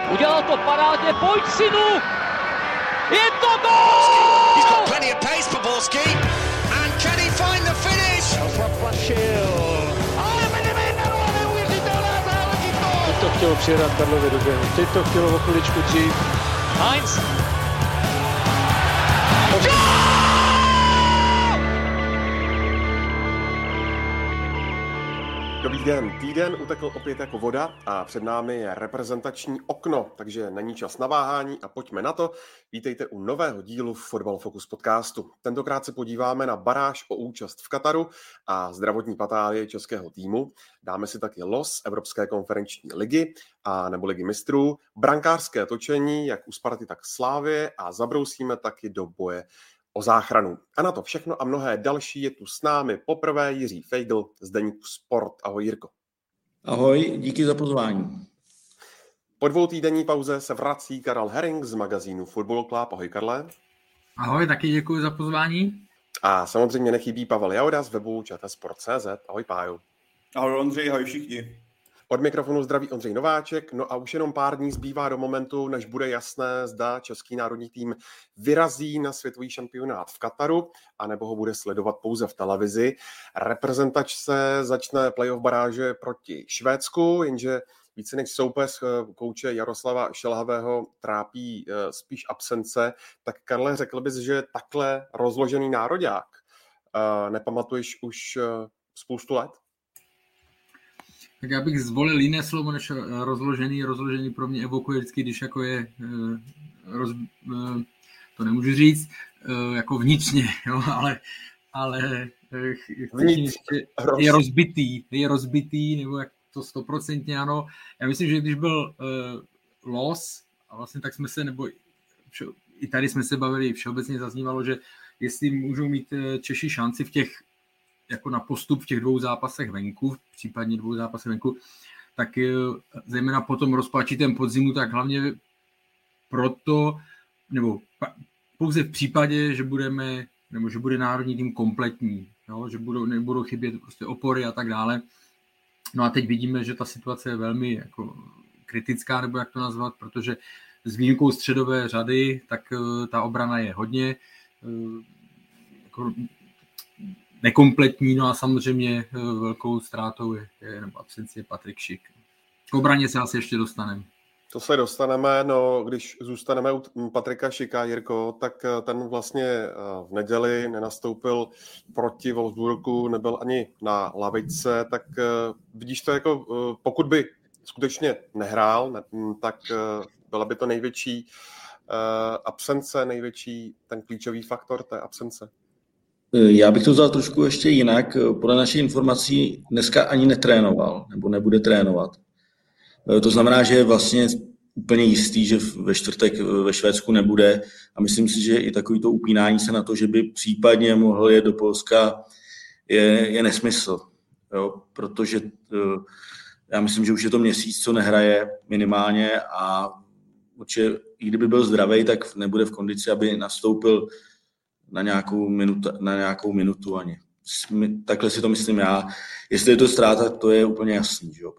Udělal to parádně, pojď synu! Je to gól! He's got plenty of pace for Borski. And can he find the finish? Ale Benevenero, neuvěřitelná záležitost! Teď to chtělo přijedat Karlově do běhu, teď to chtělo o chviličku dřív. Heinz! Dobrý den, týden utekl opět jako voda a před námi je reprezentační okno, takže není čas na váhání a pojďme na to. Vítejte u nového dílu Fotbal Focus podcastu. Tentokrát se podíváme na baráž o účast v Kataru a zdravotní patálie českého týmu. Dáme si taky los Evropské konferenční ligy a nebo ligy mistrů, brankářské točení, jak u Sparty, tak Slávie a zabrousíme taky do boje o záchranu. A na to všechno a mnohé další je tu s námi poprvé Jiří Feigl z deníku Sport. Ahoj Jirko. Ahoj, díky za pozvání. Po dvoutýdenní pauze se vrací Karel Herring z magazínu Football Club. Ahoj Karle. Ahoj, taky děkuji za pozvání. A samozřejmě nechybí Pavel Jauda z webu ČTsport.cz. Ahoj Páju. Ahoj Ondřej, ahoj všichni. Od mikrofonu zdraví Ondřej Nováček, no a už jenom pár dní zbývá do momentu, než bude jasné, zda český národní tým vyrazí na světový šampionát v Kataru, anebo ho bude sledovat pouze v televizi. Reprezentačce začne playoff baráže proti Švédsku, jenže více než soupeř kouče Jaroslava Šelhavého trápí spíš absence. Tak Karle, řekl bys, že takhle rozložený nároďák nepamatuješ už spoustu let? Tak já bych zvolil jiné slovo než rozložený. Rozložený pro mě evokuje vždycky, když jako je, to nemůžu říct, jako vnitřně, jo, ale je rozbitý, nebo jak to 100% ano. Já myslím, že když byl los, a vlastně tak jsme se, nebo i tady jsme se bavili, všeobecně zaznívalo, že jestli můžou mít Češi šanci v těch jako na postup v těch dvou zápasech venku, případně dvou zápasech venku, tak zejména po tom rozpačitém podzimu, tak hlavně proto, nebo pouze v případě, že budeme, nebo že bude národní tým kompletní, jo, že nebudou chybět prostě opory a tak dále. No a teď vidíme, že ta situace je velmi jako kritická, nebo jak to nazvat, protože s výjimkou středové řady, tak ta obrana je hodně jako nekompletní, no a samozřejmě velkou ztrátou je nebo absenci je Patrik Schick. K obraně se asi ještě dostaneme. To se dostaneme, no když zůstaneme u Patrika Schicka, Jirko, tak ten vlastně v neděli nenastoupil proti Wolfsburgu, nebyl ani na lavičce, tak vidíš to jako, pokud by skutečně nehrál, tak byla by to největší absence, největší ten klíčový faktor té absence. Já bych to vzal trošku ještě jinak. Podle našich informací dneska ani netrénoval, nebo nebude trénovat. To znamená, že je vlastně úplně jistý, že ve čtvrtek ve Švédsku nebude a myslím si, že i takovýto upínání se na to, že by případně mohl jet do Polska, je nesmysl. Jo? Protože já myslím, že už je to měsíc, co nehraje minimálně a určitě, i kdyby byl zdravý, tak nebude v kondici, aby nastoupil na nějakou minutu ani. Takhle si to myslím já. Jestli je to ztráta, to je úplně jasný, že jo?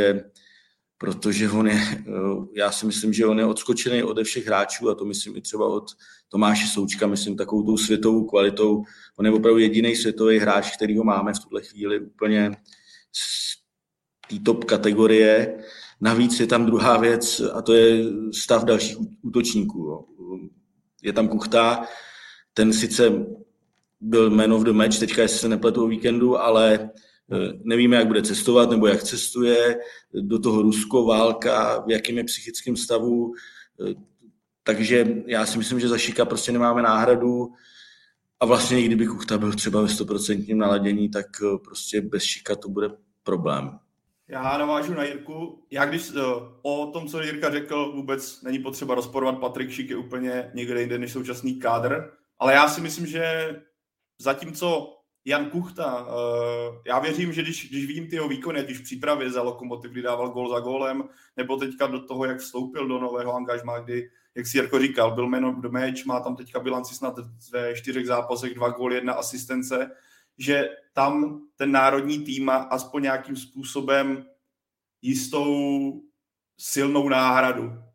Protože on je, já si myslím, že on je odskočený ode všech hráčů a to myslím i třeba od Tomáše Součka, myslím takovou tou světovou kvalitou. On je opravdu jediný světový hráč, kterýho máme v tuhle chvíli úplně z té top kategorie. Navíc je tam druhá věc a to je stav dalších útočníků. Jo. Je tam Kuchta, ten sice byl man of the match, teďka jestli se nepletu o víkendu, ale nevíme, jak bude cestovat nebo jak cestuje, do toho Rusko, válka, v jakém je psychickém stavu. Takže já si myslím, že za Schicka prostě nemáme náhradu a vlastně i kdyby Kuchta byl třeba ve 100% naladění, tak prostě bez Schicka to bude problém. Já navážu na Jirku. Já když o tom, co Jirka řekl, vůbec není potřeba rozporovat. Patrik Schick je úplně někde jinde než současný kádr. Ale já si myslím, že zatímco Jan Kuchta, já věřím, že když vidím ty jeho výkony, ať už v přípravě za Lokomotiv, kdy dával gól za gólem, nebo teďka do toho, jak vstoupil do nového angažmá, kdy, jak si Jirko říkal, byl man of the match, má tam teďka bilanci snad ve 4 zápasech, 2 góly, 1 asistence, že tam ten národní tým má aspoň nějakým způsobem jistou silnou náhradu.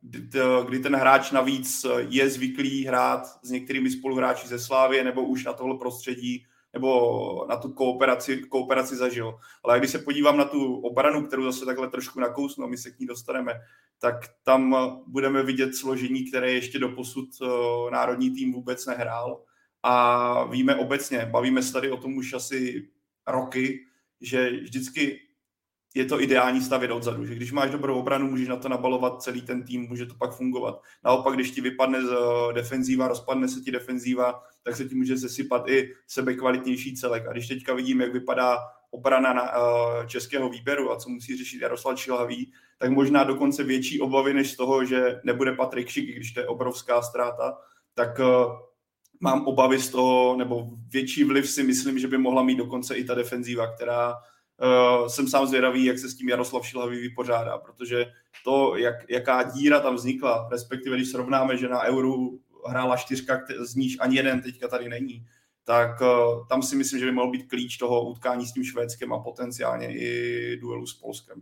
kdy ten hráč navíc je zvyklý hrát s některými spoluhráči ze Slavie nebo už na tohle prostředí nebo na tu kooperaci zažil. Ale když se podívám na tu obranu, kterou zase takhle trošku nakousnu a my se k ní dostaneme, tak tam budeme vidět složení, které ještě doposud národní tým vůbec nehrál. A víme obecně, bavíme se tady o tom už asi roky, že vždycky je to ideální stavět odzadu, že když máš dobrou obranu, můžeš na to nabalovat celý ten tým, může to pak fungovat. Naopak, když ti vypadne z defenzíva, rozpadne se ti defenzíva, tak se ti může sesypat i sebekvalitnější celek. A když teďka vidím, jak vypadá obrana na českého výběru a co musí řešit Jaroslav Šilhavý, tak možná dokonce větší obavy než z toho, že nebude Patrik Šik, když to je obrovská ztráta, tak mám obavy z toho, nebo větší vliv si myslím, že by mohla mít dokonce i ta defenzíva, která jsem sám zvědavý, jak se s tím Jaroslav Šilhavý vypořádá, protože to, jaká díra tam vznikla, respektive když srovnáme, že na Euru hrála 4, z níž ani jeden teďka tady není, tak tam si myslím, že by mohl být klíč toho utkání s tím Švédskem a potenciálně i duelu s Polskem.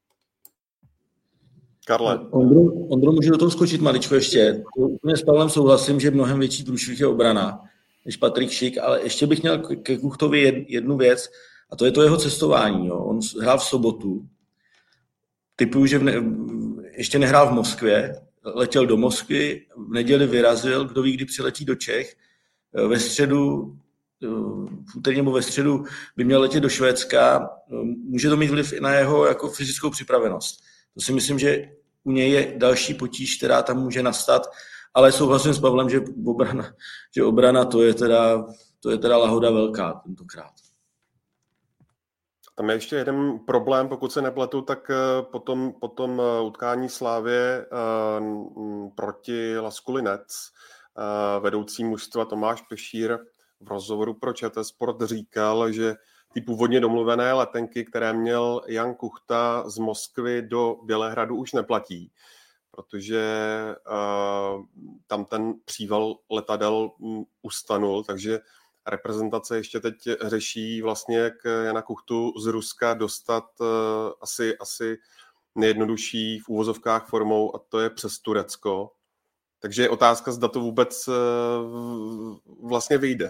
Karle. Ondro, můžu do toho skočit maličko ještě. Úplně s Pavlem souhlasím, že mnohem větší průšvih je obrana než Patrik Šik, ale ještě bych měl ke Kuchtovi jednu věc, a to je to jeho cestování. Jo. On hrál v sobotu, typuju, že ještě nehrál v Moskvě, letěl do Moskvy, v neděli vyrazil, kdo ví, kdy přiletí do Čech, ve středu, v úterý nebo ve středu by měl letět do Švédska, může to mít vliv i na jeho jako fyzickou připravenost. To si myslím, že u něj je další potíž, která tam může nastat, ale souhlasím s Pavlem, že obrana to je teda lahoda velká tentokrát. Tam je ještě jeden problém, pokud se nepletu, tak potom utkání Slavie proti Lasku Linec vedoucí mužstva Tomáš Pešír v rozhovoru pro ČT Sport říkal, že ty původně domluvené letenky, které měl Jan Kuchta z Moskvy do Bělehradu, už neplatí, protože tam ten příval letadel ustanul, takže reprezentace ještě teď řeší vlastně, jak Jana Kuchtu z Ruska dostat asi nejjednodušší v úvozovkách formou, a to je přes Turecko. Takže je otázka, zda to vůbec vlastně vyjde.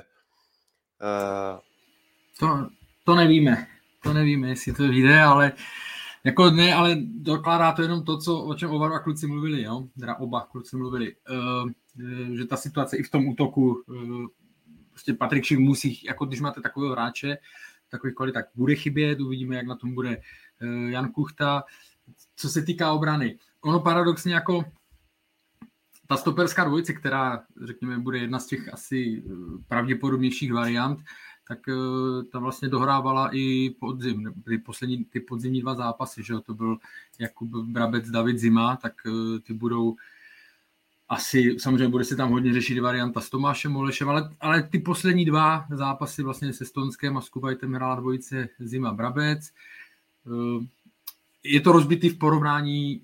To nevíme. To nevíme, jestli to vyjde, ale jako ne, ale dokládá to jenom to, o čem oba kluci mluvili, jo? Teda oba kluci mluvili, že ta situace i v tom útoku, prostě Patrik Šik musí, jako když máte takového hráče, takový kvalit, tak bude chybět, uvidíme, jak na tom bude Jan Kuchta. Co se týká obrany, ono paradoxně jako ta stoperská dvojice, která, řekněme, bude jedna z těch asi pravděpodobnějších variant, tak ta vlastně dohrávala i podzim, ty podzimní 2 zápasy, že jo, to byl Jakub Brabec, David Zima, tak ty budou asi, samozřejmě bude se tam hodně řešit varianta s Tomášem Molešem, ale ty poslední 2 zápasy vlastně se Stonskem a s Kuwaitem hrála dvojice Zima Brabec. Je to rozbitý v porovnání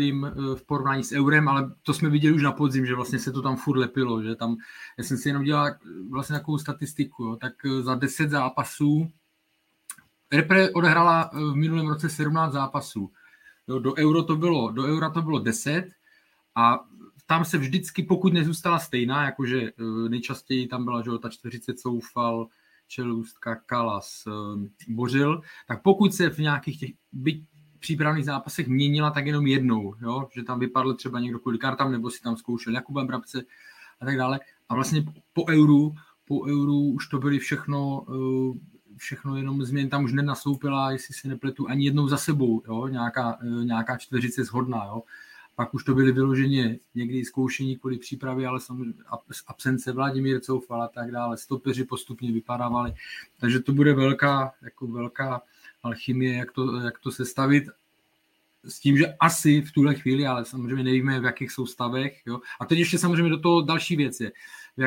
s Eurem, ale to jsme viděli už na podzim, že vlastně se to tam furt lepilo, že tam, já jsem si jenom dělal vlastně takovou statistiku, jo, tak za 10 zápasů Repre odehrála v minulém roce 17 zápasů. Jo, do Eura to bylo 10 a tam se vždycky, pokud nezůstala stejná, jakože nejčastěji tam byla, že ta 40 Soufal, Čelůstka, Kalas, Bořil, tak pokud se v nějakých těch přípravných zápasech měnila, tak jenom jednou, jo? Že tam vypadl třeba někdo kvůli kartám, nebo si tam zkoušel Jakuba Brabce a tak dále. A vlastně po euru už to byly všechno jenom změny, tam už nenastoupila, jestli se nepletu, ani jednou za sebou, jo? Nějaká 40 shodná, jo? Pak už to byly vyloženě někdy zkoušení kvůli přípravě, ale samozřejmě absence Vladimír Coufal a tak dále. Stopeři postupně vypadávali. Takže to bude velká alchymie, jak to sestavit. S tím, že asi v tuhle chvíli, ale samozřejmě nevíme, v jakých jsou stavech. Jo? A teď ještě samozřejmě do toho další věc je,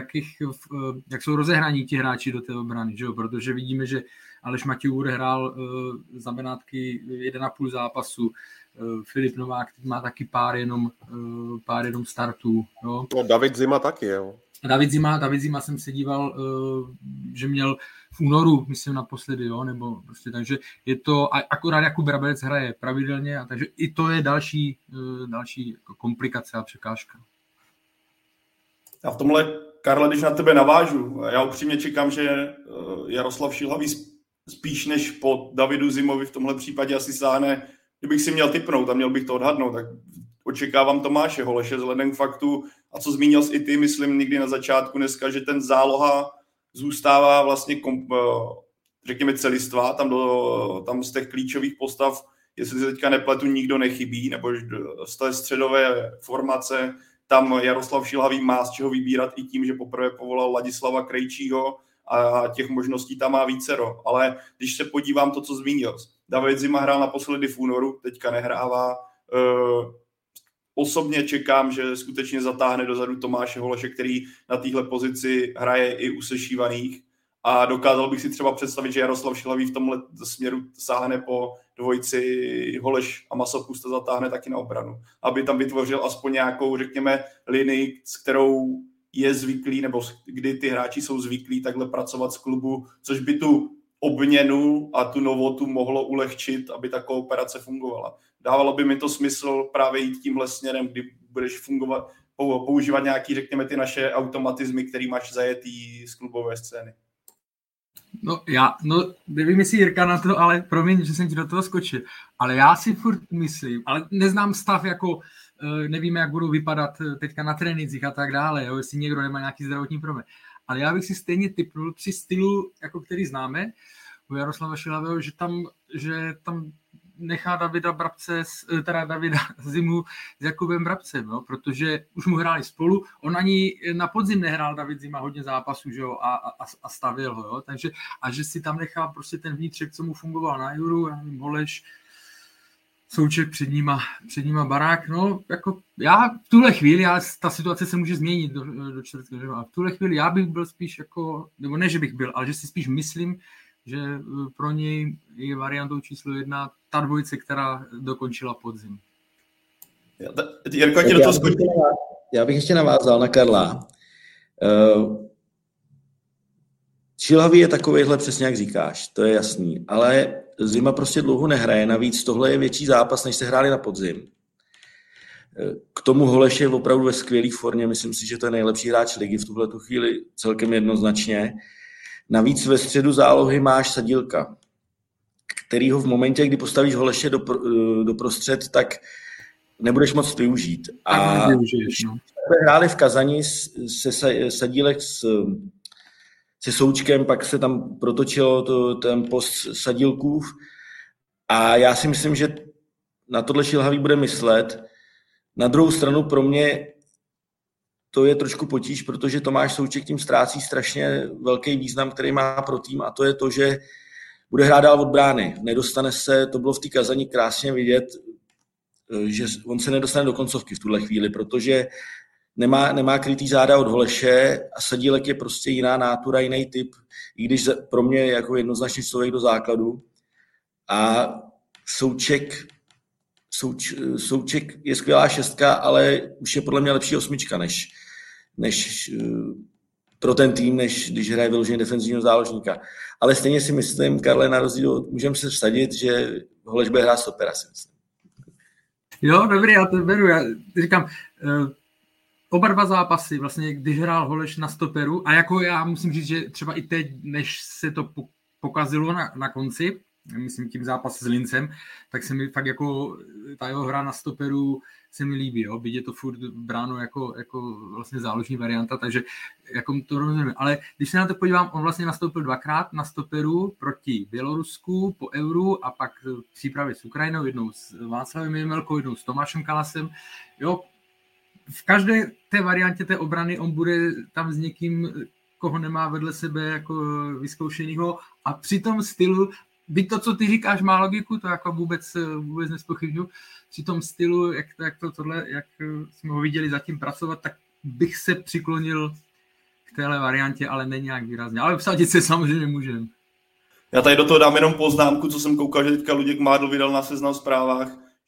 jak jsou rozehraní ti hráči do té obrany, že jo? Protože vidíme, že Aleš Matějů hrál za Benátky 1,5 zápasu, Filip Novák má taky pár jenom startů. Jo? No, David Zima taky, jo. David Zima jsem se díval, že měl v únoru, myslím naposledy, jo, nebo prostě, takže je to, akorát Jakub Brabec hraje pravidelně, a takže i to je další komplikace a překážka. Já v tomhle, Karle, když na tebe navážu, já upřímně čekám, že Jaroslav Šilhavý spíš než po Davidu Zimovi v tomhle případě asi sáhne, kdybych si měl tipnout a měl bych to odhadnout, tak očekávám Tomáše Holeše vzhledem k faktu, a co zmínil jsi i ty, myslím někdy na začátku dneska, že ten záloha zůstává vlastně, řekněme, celistva, tam z těch klíčových postav, jestli se teďka nepletu, nikdo nechybí, nebo z té středové formace tam Jaroslav Šilhavý má z čeho vybírat i tím, že poprvé povolal Ladislava Krejčího a těch možností tam má vícero. Ale když se podívám to, co zmínil, David Zima hrál naposledy v únoru, teďka nehrává. Osobně čekám, že skutečně zatáhne dozadu Tomáše Holeše, který na téhle pozici hraje i u sešívaných. A dokázal bych si třeba představit, že Jaroslav Šilhavý v tomhle směru sáhne po dvojici Holeš a Masopust zatáhne taky na obranu. Aby tam vytvořil aspoň nějakou, řekněme, linii, s kterou je zvyklý, nebo kdy ty hráči jsou zvyklí takhle pracovat z klubu, což by tu obměnu a tu novotu mohlo ulehčit, aby ta kooperace fungovala. Dávalo by mi to smysl právě jít tímhle směrem, kdy budeš používat nějaký, řekněme, ty naše automatizmy, který máš zajetý z klubové scény. Nevím, jestli Jirka na to, ale promiň, že jsem ti do toho skočil. Ale já si furt myslím, ale neznám stav, jako nevíme, jak budou vypadat teďka na trénincích a tak dále, jo, jestli někdo nemá nějaký zdravotní problém. Ale já bych si stejně tipnul při stylu, jako který známe, u Jaroslava Šilhavého, že tam nechá Davida Zimu s Jakubem Brabcem, jo? Protože už mu hráli spolu, on ani na podzim nehrál David Zima hodně zápasů, že jo? A stavěl ho, jo? Takže, a že si tam nechá prostě ten vnitřek, co mu fungoval na Euru, já nevím, Holeš, Souček před nima Barák, no, jako já v tuhle chvíli, ta situace se může změnit do čtvrtého, a v tuhle chvíli já bych byl spíš jako, nebo ne, že bych byl, ale že si spíš myslím, že pro něj je variantou číslo 1 ta dvojice, která dokončila podzim. Já bych ještě navázal na Karla. Šilhavý je takovejhle přesně, jak říkáš, to je jasný, ale Zima prostě dlouho nehraje, navíc tohle je větší zápas, než se hráli na podzim. K tomu Holeš je opravdu ve skvělé formě, myslím si, že to je nejlepší hráč ligy v tuhletu chvíli celkem jednoznačně. Navíc ve středu zálohy máš Sadílka, kterýho v momentě, kdy postavíš Holeše do prostřed, tak nebudeš moc využít. A hráli v Kazani se Sadílek se Součkem, pak se tam protočilo ten post Sadílkův a já si myslím, že na tohle Šilhavý bude myslet. Na druhou stranu pro mě to je trošku potíž, protože Tomáš Souček tím ztrácí strašně velký význam, který má pro tým, a to je to, že bude hrát dál od brány. Nedostane se, to bylo v té Kazani krásně vidět, že on se nedostane do koncovky v tuhle chvíli, protože nemá krytý záda od Holeše a Sadílek je prostě jiná nátura, jiný typ, i když pro mě je jako jednoznačný člověk do základu. A Souček je skvělá 6, ale už je podle mě lepší 8 než pro ten tým, než když hraje vyloženě defenzivního záložníka. Ale stejně si myslím, Karle, na rozdíl, můžeme se vsadit, že Holeš bude hrát stopera, si myslím. Jo, dobrý, já to beru. Já říkám, oba dva zápasy, vlastně, když hrál Holeš na stoperu, a jako já musím říct, že třeba i teď, než se to pokazilo na konci, myslím tím zápas s Lincem, tak se mi fakt jako ta jeho hra na stoperu se mi líbí, jo? Byť je to furt bráno jako vlastně záložní varianta, takže jako to rozumím. Ale když se na to podívám, on vlastně nastoupil 2krát na stoperu proti Bělorusku po Euru a pak v přípravě s Ukrajinou, jednou s Václavem Jemelkou, jednou s Tomášem Kalasem. Jo, v každé té variantě té obrany on bude tam s někým, koho nemá vedle sebe jako vyzkoušenýho, a při tom stylu, byť to, co ty říkáš, má logiku, to jako vůbec nespochybňuji, při tom stylu, jak jsme ho viděli zatím pracovat, tak bych se přiklonil k téhle variantě, ale ne nějak výrazně. Ale vsadit se samozřejmě můžeme. Já tady do toho dám jenom poznámku, co jsem koukal, že teďka Luděk Mádl vydal na Seznam Zprávách,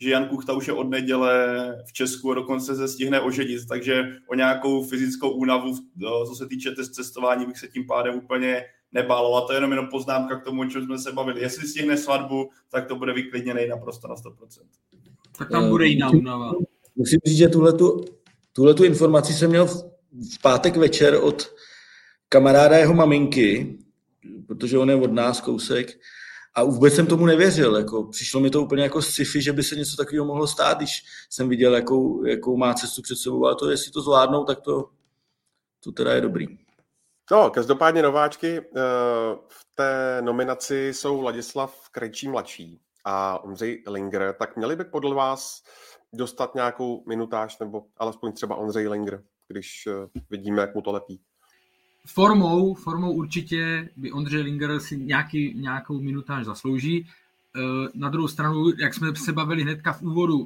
že Jan Kuchta už je od neděle v Česku a dokonce se stihne oženit, takže o nějakou fyzickou únavu, co se týče cestování, bych se tím pádem úplně nebál. A to je jenom poznámka k tomu, o čem jsme se bavili. Jestli stihne svatbu, tak to bude vyklidněnej naprosto na 100%. Tak tam bude jiná únava. Musím říct, že tuhletu informaci jsem měl v pátek večer od kamaráda jeho maminky, protože on je od nás kousek, a vůbec jsem tomu nevěřil. Jako, přišlo mi to úplně jako sci-fi, že by se něco takového mohlo stát, když jsem viděl, jakou má cestu před sebou, ale to, jestli to zvládnou, tak to teda je dobrý. No, každopádně nováčky v té nominaci jsou Ladislav Krejčí mladší a Ondřej Linger, tak měli by podle vás dostat nějakou minutáž, nebo alespoň třeba Ondřej Linger, když vidíme, jak mu to lepí? Formou určitě by Ondřej Linger si nějakou minutáž zaslouží. Na druhou stranu, jak jsme se bavili hnedka v úvodu,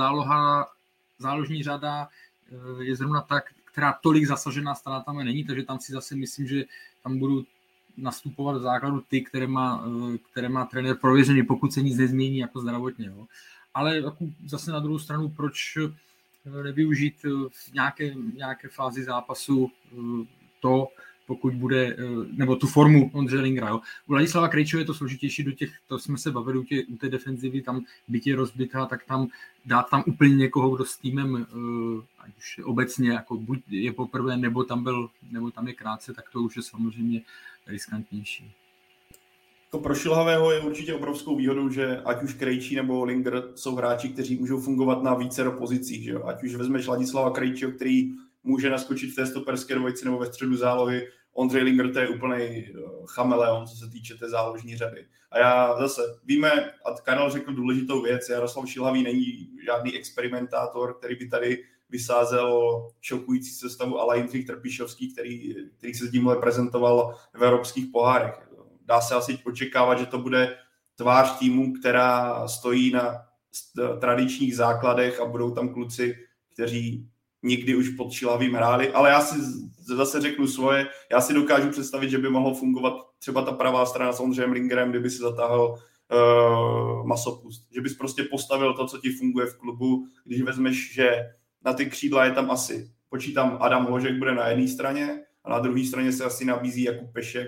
záložní řada je zrovna tak, která tolik zasažená ztrátami není, takže tam si zase myslím, že tam budou nastupovat v základu ty, které má trenér prověřený, pokud se nic nezmění jako zdravotně. Jo. Ale jako zase na druhou stranu, proč nevyužít v nějaké fázi zápasu to, pokud bude, nebo tu formu Ondřeje Lingera. Jo. U Ladislava Krejčího je to složitější, to jsme se bavili u té defenzivy, tam byť je rozbitá, tak tam dát tam úplně někoho, kdo s týmem, ať už obecně, jako buď je poprvé, nebo tam je krátce, tak to už je samozřejmě riskantnější. Pro Šilhavého je určitě obrovskou výhodou, že ať už Krejčí nebo Linger jsou hráči, kteří můžou fungovat na vícero pozicích. Že? Ať už vezmeš Ladislava Krejčího, který může naskočit v té stoperské dvojici nebo ve středu zálohy. Ondřej Linger, to je úplný chameleon, co se týče té záložní řady. A já zase, víme, a Karel řekl důležitou věc, Jaroslav Šilhavý není žádný experimentátor, který by tady vysázel šokující sestavu a Jindřich Trpišovský, který se s tímhle prezentoval v evropských pohárech. Dá se asi očekávat, že to bude tvář týmu, která stojí na tradičních základech a budou tam kluci, kteří nikdy už pod Šilhavým hráli, ale já si zase řeknu svoje, já si dokážu představit, že by mohlo fungovat třeba ta pravá strana s Ondřejem Lingerem, kdyby si zatáhl masopust. Že bys prostě postavil to, co ti funguje v klubu, když vezmeš, že na ty křídla je tam asi, počítám, Adam Hložek bude na jedné straně a na druhé straně se asi nabízí Jakub Pešek,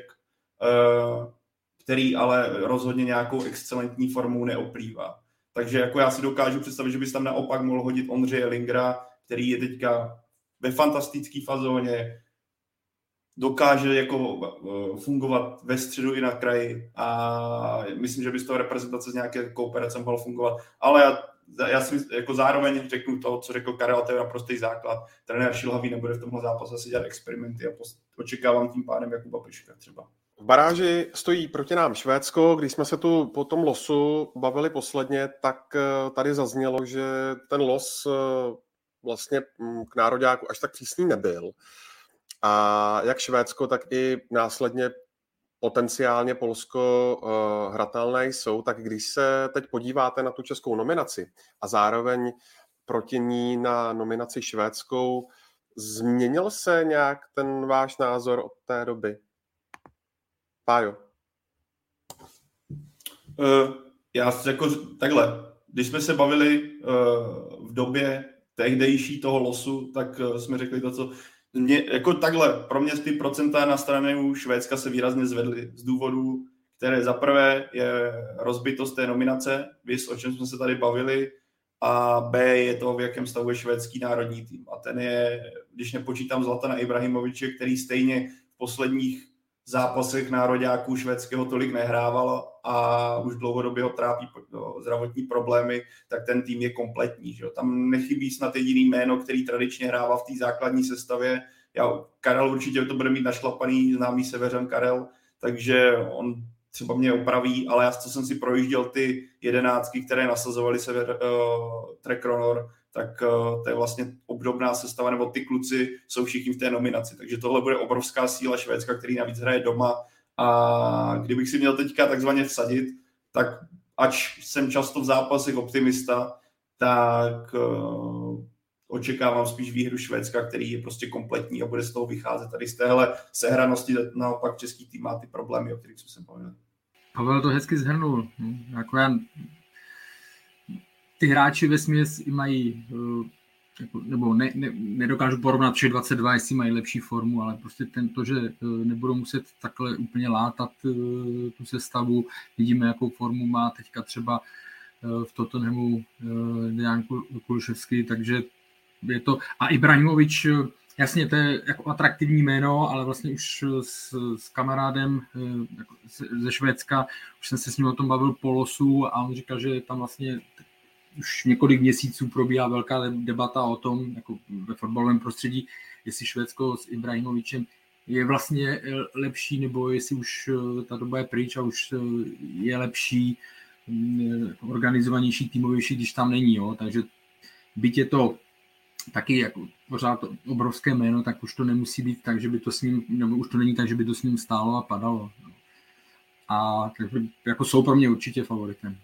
který ale rozhodně nějakou excelentní formou neoplývá. Takže jako já si dokážu představit, že bys tam naopak mohl hodit Ondřeje Lingera, který je teďka ve fantastické fazóně, dokáže jako fungovat ve středu i na kraji a myslím, že by z toho reprezentace z nějaké kooperace mohl fungovat. Ale já si jako zároveň řeknu to, co řekl Karel, to je naprostý základ. Trenér Šilhavý nebude v tomhle zápase si dělat experimenty a očekávám tím pádem Jakuba Peška třeba. V baráži stojí proti nám Švédsko. Když jsme se tu po tom losu bavili posledně, tak tady zaznělo, že ten los vlastně k nároďáku až tak přísný nebyl. A jak Švédsko, tak i následně potenciálně Polsko hratelné jsou, tak když se teď podíváte na tu českou nominaci a zároveň proti ní na nominaci švédskou, změnil se nějak ten váš názor od té doby? Pájo. Já jako takhle, když jsme se bavili v době tehdejší toho losu, tak jsme řekli to, co jako takhle, pro mě ty procenta na stranu Švédska se výrazně zvedly z důvodů, které zaprvé je rozbitost té nominace, víš, o čem jsme se tady bavili, a B je to, v jakém stavu je švédský národní tým. A ten je, když nepočítám Zlatana Ibrahimoviče, který stejně v posledních zápasech nároďáků švédského tolik nehrával a už dlouhodobě ho trápí zdravotní problémy, tak ten tým je kompletní. Že? Tam nechybí snad jediný jméno, který tradičně hrává v té základní sestavě. Karel určitě to bude mít našlapaný, známý Seveřan Karel, takže on třeba mě opraví, ale já co jsem si projížděl ty 11, které nasazovali Trek Ronor, tak to je vlastně obdobná sestava, nebo ty kluci jsou všichni v té nominaci. Takže tohle bude obrovská síla Švédska, který navíc hraje doma. A kdybych si měl teďka takzvaně vsadit, tak ač jsem často v zápasech optimista, tak očekávám spíš výhru Švédska, který je prostě kompletní a bude z toho vycházet. Tady z téhle sehranosti naopak český tým má ty problémy, o kterých jsem se bavil. Pavel to hezky shrnul. Jako ty hráči vesměs i mají, nebo nedokážu porovnat 22, jestli mají lepší formu, ale prostě to, že nebudou muset takhle úplně látat tu sestavu, vidíme, jakou formu má teďka třeba v Tottenhamu Dejan Kulusevský, takže je to, a Ibrahimovič, jasně, to je jako atraktivní jméno, ale vlastně už s kamarádem ze Švédska, už jsem se s ním o tom bavil po losu a on říkal, že tam vlastně už několik měsíců probíhá velká debata o tom, jako ve fotbalovém prostředí, jestli Švédsko s Ibrahimovičem je vlastně lepší, nebo jestli už ta doba je pryč a už je lepší, organizovanější, týmovější, když tam není. Jo? Takže byť je to taky jako pořád to obrovské jméno, tak už to nemusí být tak, že by to s ním, nebo už to není tak, že by to s ním stálo a padalo. A takže jako jsou pro mě určitě favoritem.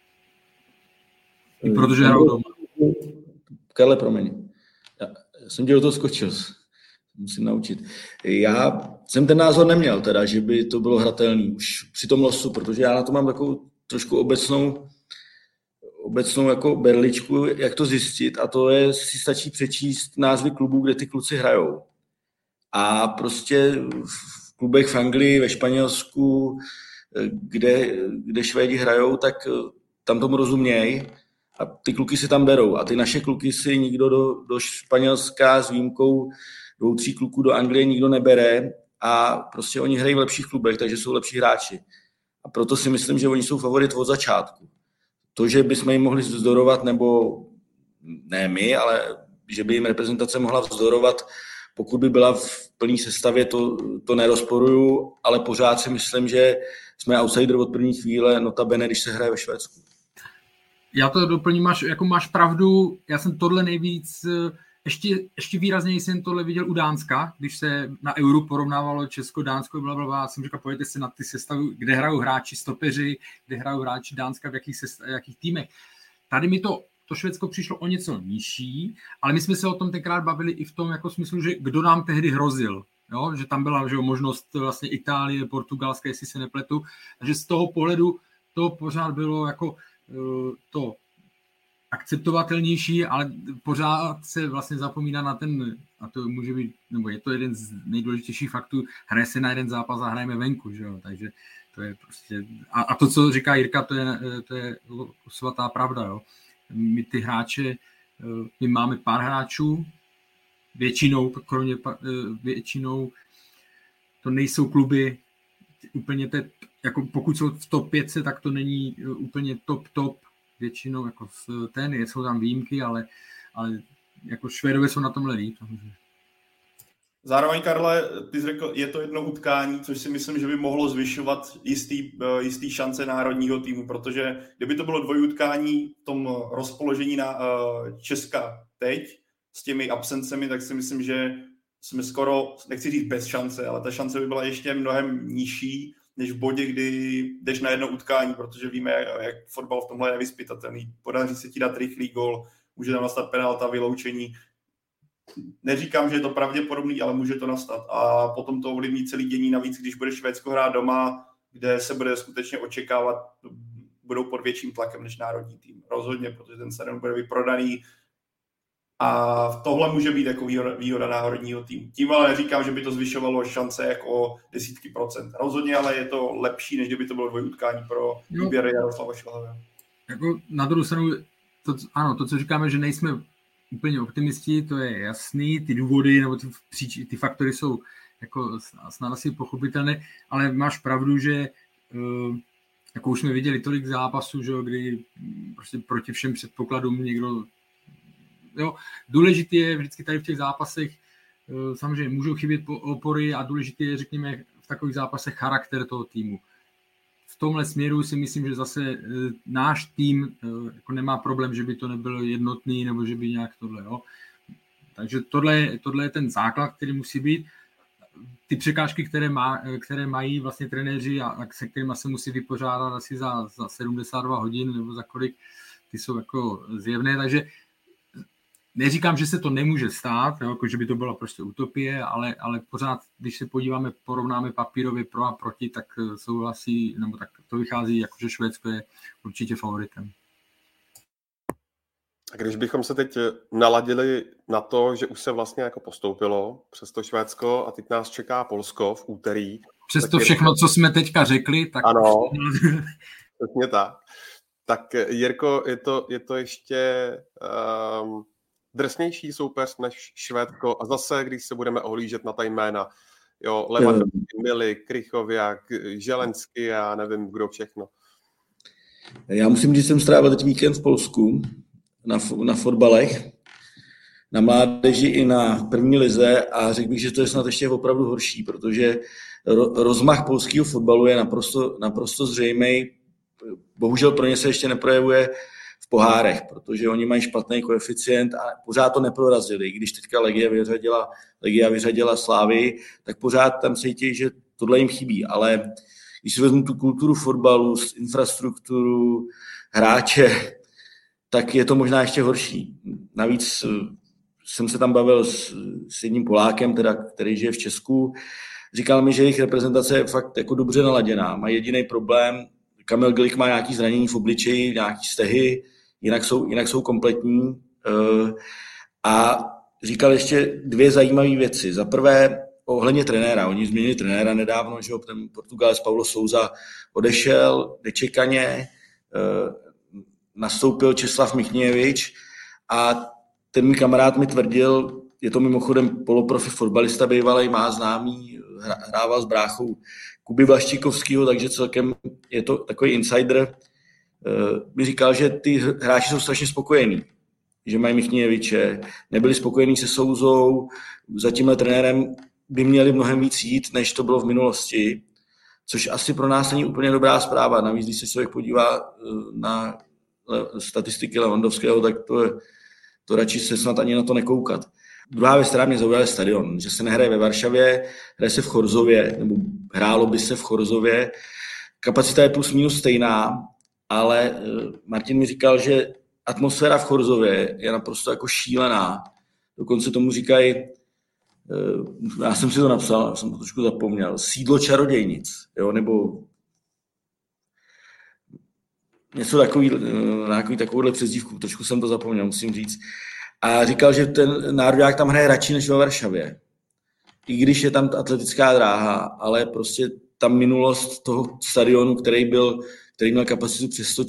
I protože hrajou doma. Karle, promiň. Já jsem tě do toho skočil. Musím naučit. Já jsem ten názor neměl, teda, že by to bylo hratelný už při tom losu, protože já na to mám takovou trošku obecnou jako berličku, jak to zjistit, a to je, si stačí přečíst názvy klubů, kde ty kluci hrajou. A prostě v klubech v Anglii, ve Španělsku, kde Švédi hrajou, tak tam tomu rozumějí a ty kluky si tam berou. A ty naše kluky si nikdo do Španělska s výjimkou 2-3 kluků do Anglie nikdo nebere a prostě oni hrají v lepších klubech, takže jsou lepší hráči. A proto si myslím, že oni jsou favorit od začátku. To, že bychom jim mohli vzdorovat, nebo ne my, ale že by jim reprezentace mohla vzdorovat, pokud by byla v plné sestavě, to nerozporuju, ale pořád si myslím, že jsme outsider od první chvíle, notabene, když se hraje ve Švédsku. Já to doplním, máš pravdu, já jsem tohle nejvíc, ještě výrazněji jsem tohle viděl u Dánska, když se na Euro porovnávalo Česko, Dánsko, blablabla, jsem říkal, pojďte si na ty sestavy, kde hrajou hráči stopeři, kde hrajou hráči Dánska, v jakých týmech. Tady mi to Švédsko přišlo o něco nižší, ale my jsme se o tom tenkrát bavili i v tom jako smyslu, že kdo nám tehdy hrozil. Jo? Že tam byla možnost vlastně Itálie, Portugalska, jestli se nepletu, takže z toho pohledu to pořád bylo jako to akceptovatelnější, ale pořád se vlastně zapomíná na ten, a to může být, nebo je to jeden z nejdůležitějších faktů, hraje se na jeden zápas a hrajeme venku, že jo? Takže to je prostě, a to, co říká Jirka, to je svatá pravda, jo? My ty hráče, my máme pár hráčů, většinou to nejsou kluby úplně jako pokud jsou v top 5, tak to není úplně top, většinou jako jsou tam výjimky, ale jako Švédové jsou na tomhle líp. Zároveň, Karle, ty jsi řekl, je to jedno utkání, což si myslím, že by mohlo zvyšovat jistý šance národního týmu, protože kdyby to bylo dvojutkání v tom rozpoložení na Česka teď s těmi absencemi, tak si myslím, že jsme skoro, nechci říct bez šance, ale ta šance by byla ještě mnohem nižší, než v bodě, kdy jdeš na jedno utkání, protože víme, jak fotbal v tomhle je nevyzpytatelný. Podaří se ti dát rychlý gól, může tam nastat penalta, vyloučení. Neříkám, že je to pravděpodobný, ale může to nastat. A potom to ovlivní celý dění, navíc, když bude Švédsko hrát doma, kde se bude skutečně očekávat, budou pod větším tlakem než národní tým. Rozhodně, protože ten stadion bude vyprodaný. A tohle může být jako výhoda národního týmu. Tím ale neříkám, že by to zvyšovalo šance jako desítky procent. Rozhodně, ale je to lepší, než kdyby to bylo dvojutkání pro výběr Jaroslava Šilhavého. Jako na druhou stranu, to, co říkáme, že nejsme úplně optimisti, to je jasný, ty důvody nebo ty faktory jsou jako snad asi pochopitelné, ale máš pravdu, že jako už jsme viděli tolik zápasů, že, kdy prostě proti všem předpokladům někdo. Jo, důležité je vždycky tady v těch zápasech, samozřejmě můžou chybět opory a důležité je, řekněme, v takových zápasech charakter toho týmu. V tomhle směru si myslím, že zase náš tým jako nemá problém, že by to nebyl jednotný nebo že by nějak tohle. Jo. Takže tohle je ten základ, který musí být. Ty překážky, které mají vlastně trenéři a se kterými se musí vypořádat asi za 72 hodin nebo za kolik, ty jsou jako zjevné, takže neříkám, že se to nemůže stát, jo, jako že by to byla prostě utopie, ale pořád, když se podíváme, porovnáme papírově pro a proti, tak souhlasí, nebo tak to vychází, jako že Švédsko je určitě favoritem. A když bychom se teď naladili na to, že už se vlastně jako postoupilo přes to Švédsko a teď nás čeká Polsko v úterý. Přes to všechno, co jsme teďka řekli, tak... Ano, přesně tak. Tak Jirko, je to ještě drsnější soupeř než Švédsko a zase, když se budeme ohlížet na ta jména, jo, Lewandowski, Milik, Krychowiak, Zelensky, já nevím, kdo všechno. Já musím říct, jsem strávil teď víkend v Polsku na fotbalech, na mládeži i na první lize a řekl bych, že to je snad ještě opravdu horší, protože rozmach polského fotbalu je naprosto zřejmý. Bohužel pro ně se ještě neprojevuje v pohárech, protože oni mají špatný koeficient a pořád to neprorazili. Když teďka Legia vyřadila Slávii, tak pořád tam cítí, že tohle jim chybí. Ale když si vezmu tu kulturu fotbalu, infrastrukturu, hráče, tak je to možná ještě horší. Navíc jsem se tam bavil s jedním Polákem, který žije v Česku. Říkal mi, že jejich reprezentace je fakt jako dobře naladěná. Má jediný problém, Kamil Glik má nějaký zranění v obličeji, nějaký stehy, jinak jsou kompletní. A říkal ještě dvě zajímavé věci. Za prvé, ohledně trenéra. Oni změnili trenéra nedávno, že ten Portugalec Paulo Sousa odešel nečekaně, nastoupil Česlav Michnievič a ten můj kamarád mi tvrdil, je to mimochodem poloprofi fotbalista bývalej, má známý, hrával s bráchou Kuby Vlaščíkovskýho, takže celkem je to takový insider. Mi říkal, že ty hráči jsou strašně spokojení, že mají Michnieviče, nebyli spokojení se Souzou, za tímhle trenérem by měli mnohem víc jít, než to bylo v minulosti, což asi pro nás není úplně dobrá zpráva. Navíc, když se člověk podívá na statistiky Lewandowského, tak to radši se snad ani na to nekoukat. Druhá věc, která mě zaujala, je stadion, že se nehraje ve Varšavě, hraje se v Chorzově, nebo hrálo by se v Chorzově. Kapacita je plus minus stejná, ale Martin mi říkal, že atmosféra v Chorzově je naprosto jako šílená. Dokonce tomu říkají, já jsem si to napsal, jsem to trošku zapomněl, sídlo čarodějnic, jo, nebo něco takovouhle přezdívku, trošku jsem to zapomněl, musím říct. A říkal, že ten národák tam hraje radši než ve Varšavě. I když je tam atletická dráha, ale prostě ta minulost toho stadionu, který měl kapacitu přes 100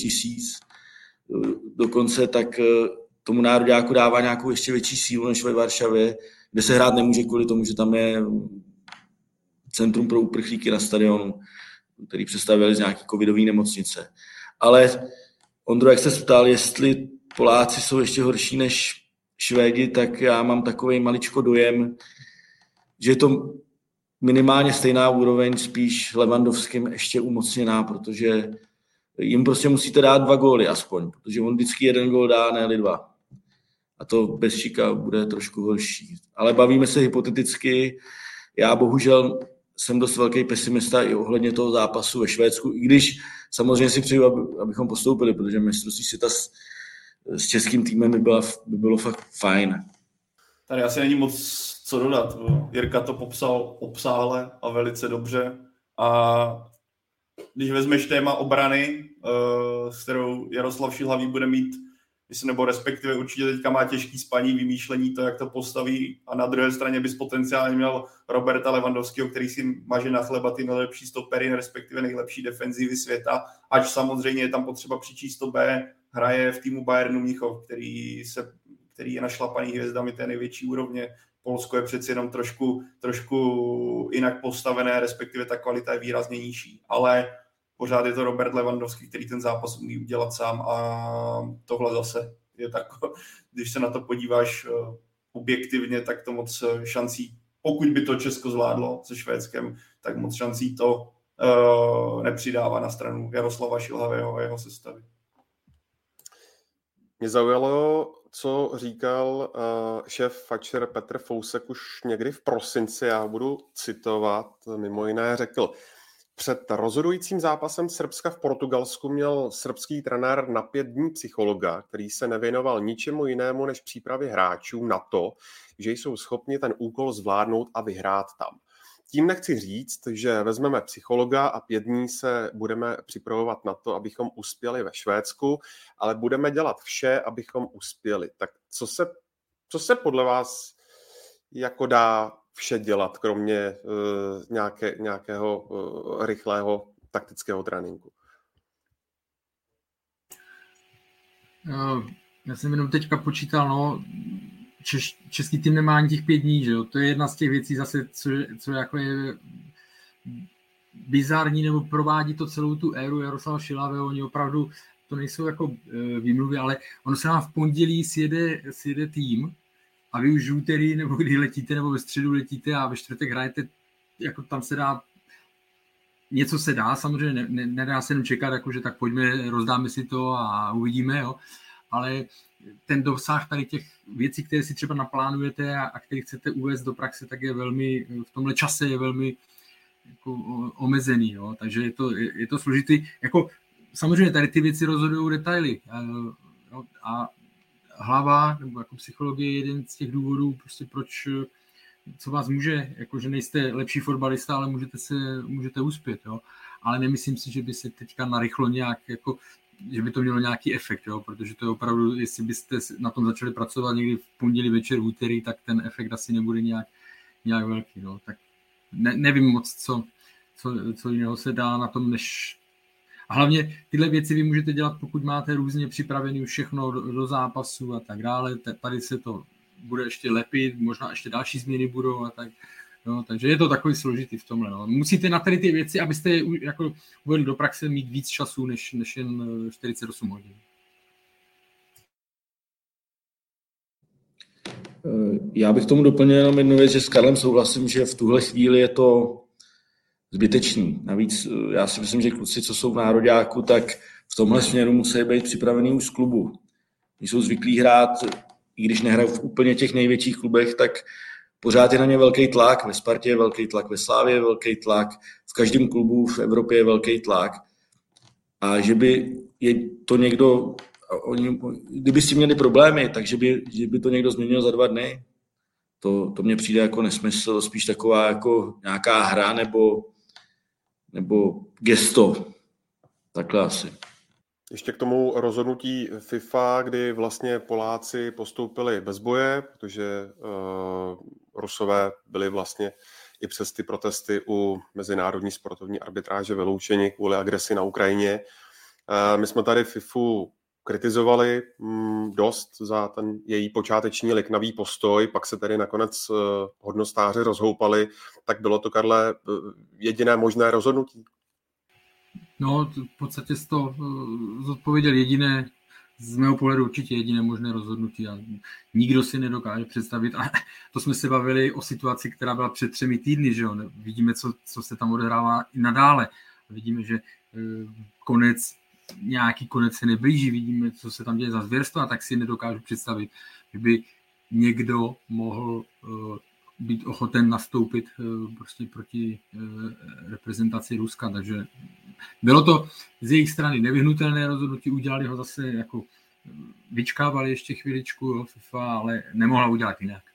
000 dokonce, tak tomu nároďáku dává nějakou ještě větší sílu než ve Varšavě, kde se hrát nemůže kvůli tomu, že tam je centrum pro uprchlíky na stadionu, který představili z nějaký covidový nemocnice. Ale Ondro, jak se ptal, jestli Poláci jsou ještě horší než Švédi, tak já mám takovej maličko dojem, že je to minimálně stejná úroveň, spíš Lewandowským ještě umocněná, protože jim prostě musíte dát 2 góly aspoň, protože on vždycky 1 gól dá, ne 2. A to bez Šika bude trošku horší. Ale bavíme se hypoteticky. Já bohužel jsem dost velký pesimista i ohledně toho zápasu ve Švédsku, i když samozřejmě si přeju, abychom postoupili, protože mistrovství světa s českým týmem by bylo fakt fajn. Tady asi není moc co dodat. Jirka to popsal obsáhle a velice dobře. A když vezmeš téma obrany, s kterou Jaroslav Šilhavý bude mít, nebo respektive určitě teďka má těžký spaní, vymýšlení to, jak to postaví, a na druhé straně bys potenciálně měl Roberta Lewandowského, který si maže na chleba ty nejlepší stopery, respektive nejlepší defenzivy světa, ač samozřejmě je tam potřeba přičíst to B, hraje v týmu Bayernu Mnichov, který je našlapaný hvězdami té největší úrovně. Polsko je přeci jenom trošku jinak postavené, respektive ta kvalita je výrazně nižší, ale pořád je to Robert Lewandowski, který ten zápas umí udělat sám, a tohle zase je tak, když se na to podíváš objektivně, tak to moc šancí, pokud by to Česko zvládlo se Švédskem, tak moc šancí to nepřidává na stranu Jaroslava Šilhavého a jeho sestavy. Mě zaujalo, co říkal šéf Fatcher Petr Fousek už někdy v prosinci, já budu citovat, mimo jiné řekl: před rozhodujícím zápasem Srbska v Portugalsku měl srbský trenér na 5 dní psychologa, který se nevěnoval ničemu jinému než přípravě hráčů na to, že jsou schopni ten úkol zvládnout a vyhrát tam. Tím nechci říct, že vezmeme psychologa a 5 dní se budeme připravovat na to, abychom uspěli ve Švédsku, ale budeme dělat vše, abychom uspěli. Tak co se podle vás jako dá vše dělat, kromě nějakého rychlého taktického tréninku? Já jsem jenom teďka počítal, český tým nemá ani těch 5 dní, že jo? To je jedna z těch věcí zase, co jako je bizarní, nebo provádí to celou tu éru Jaroslava Šilhavého. Oni opravdu, to nejsou jako výmluvy, ale ono se nám v pondělí sjede tým a vy už v úterý, nebo kdy letíte, nebo ve středu letíte a ve čtvrtek hrajete, jako tam se dá, něco se dá, samozřejmě nedá se jenom čekat, jakože tak pojďme, rozdáme si to a uvidíme, jo. Ale ten dosah tady těch věcí, které si třeba naplánujete a které chcete uvést do praxe, tak je velmi, v tomhle čase je velmi jako omezený, jo. Takže je to složitý. Jako, samozřejmě tady ty věci rozhodují detaily a hlava nebo jako psychologie je jeden z těch důvodů, prostě co vás může, jako že nejste lepší fotbalista, ale můžete uspět, jo. Ale nemyslím si, že by se teďka narychlo nějak, jako, že by to mělo nějaký efekt, jo, protože to je opravdu, jestli byste na tom začali pracovat někdy v pondělí večer, v úterý, tak ten efekt asi nebude nějak velký, no. Tak nevím moc, co jiného se dá na tom, než... A hlavně tyhle věci vy můžete dělat, pokud máte různě připravený všechno do zápasu a tak dále. Tady se to bude ještě lepit, možná ještě další změny budou a tak. No, takže je to takový složitý v tomhle. No. Musíte na tady ty věci, abyste je jako uvedli do praxe, mít víc času než jen 48 hodin. Já bych tomu doplnil jenom jednu věc, že s Karlem souhlasím, že v tuhle chvíli je to zbytečný. Navíc já si myslím, že kluci, co jsou v nároďáku, tak v tomhle směru musí být připravený už z klubu. Oni jsou zvyklí hrát, i když nehrajou v úplně těch největších klubech, tak pořád je na ně velký tlak. Ve Spartě je velký tlak, ve Slávě je velký tlak, v každém klubu v Evropě je velký tlak. A že by je to někdo, kdyby si měli problémy, takže by to někdo změnil za 2 dny. To mně přijde jako nesmysl, spíš taková jako nějaká hra nebo gesto. Takhle asi. Ještě k tomu rozhodnutí FIFA, kdy vlastně Poláci postoupili bez boje, protože Rusové byli vlastně i přes ty protesty u mezinárodní sportovní arbitráže vyloučeni kvůli agresi na Ukrajině. My jsme tady FIFU kritizovali dost za ten její počáteční liknavý postoj, pak se tedy nakonec hodnostáři rozhoupali. Tak bylo to, Karle, jediné možné rozhodnutí? No, v podstatě jsi to zodpověděl jediné, z mého pohledu určitě jediné možné rozhodnutí a nikdo si nedokáže představit. A to jsme se bavili o situaci, která byla před 3 týdny, že jo. Vidíme, co se tam odehrává i nadále. Vidíme, že nějaký konec se neblíží, vidíme, co se tam děje za zvěrstva, tak si nedokážu představit, že by někdo mohl být ochoten nastoupit prostě proti reprezentaci Ruska, takže bylo to z jejich strany nevyhnutelné rozhodnutí, udělali ho zase jako vyčkávali ještě chviličku, jo, FIFA, ale nemohla udělat jinak.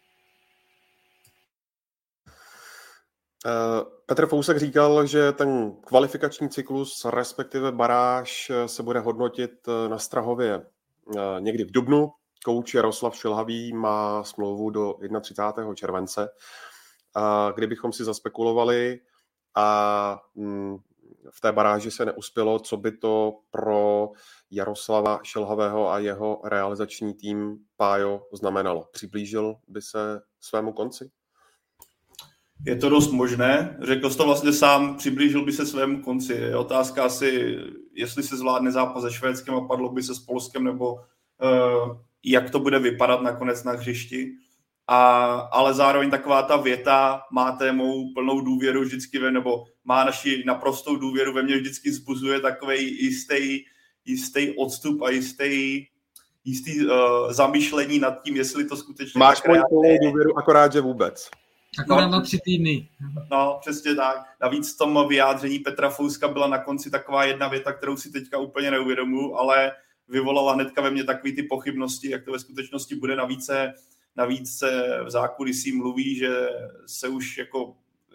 Petr Fousek říkal, že ten kvalifikační cyklus, respektive baráž, se bude hodnotit na Strahově někdy v dubnu. Kouč Jaroslav Šilhavý má smlouvu do 31. července. Kdybychom si zaspekulovali a v té baráži se neuspělo, co by to pro Jaroslava Šilhavého a jeho realizační tým Pájo znamenalo? Přiblížil by se svému konci? Je to dost možné. Řekl jsi to vlastně sám, přiblížil by se svému konci. Je otázka asi, jestli se zvládne zápas se Švédskem a padlo by se s Polskem, nebo jak to bude vypadat nakonec na hřišti. Ale zároveň taková ta věta, máte mou plnou důvěru vždycky, nebo má naši naprostou důvěru ve mě vždycky vzbuzuje takovej jistý odstup a jistý zamýšlení nad tím, jestli to skutečně... Máš moji plnou důvěru, akorát, že vůbec. Akorát na 3 týdny. No, přesně tak. Navíc v tom vyjádření Petra Fouska byla na konci taková jedna věta, kterou si teďka úplně neuvědomuji, ale vyvolala hnedka ve mně takový ty pochybnosti, jak to ve skutečnosti bude. Navíc se v zákulisí mluví, že se už jako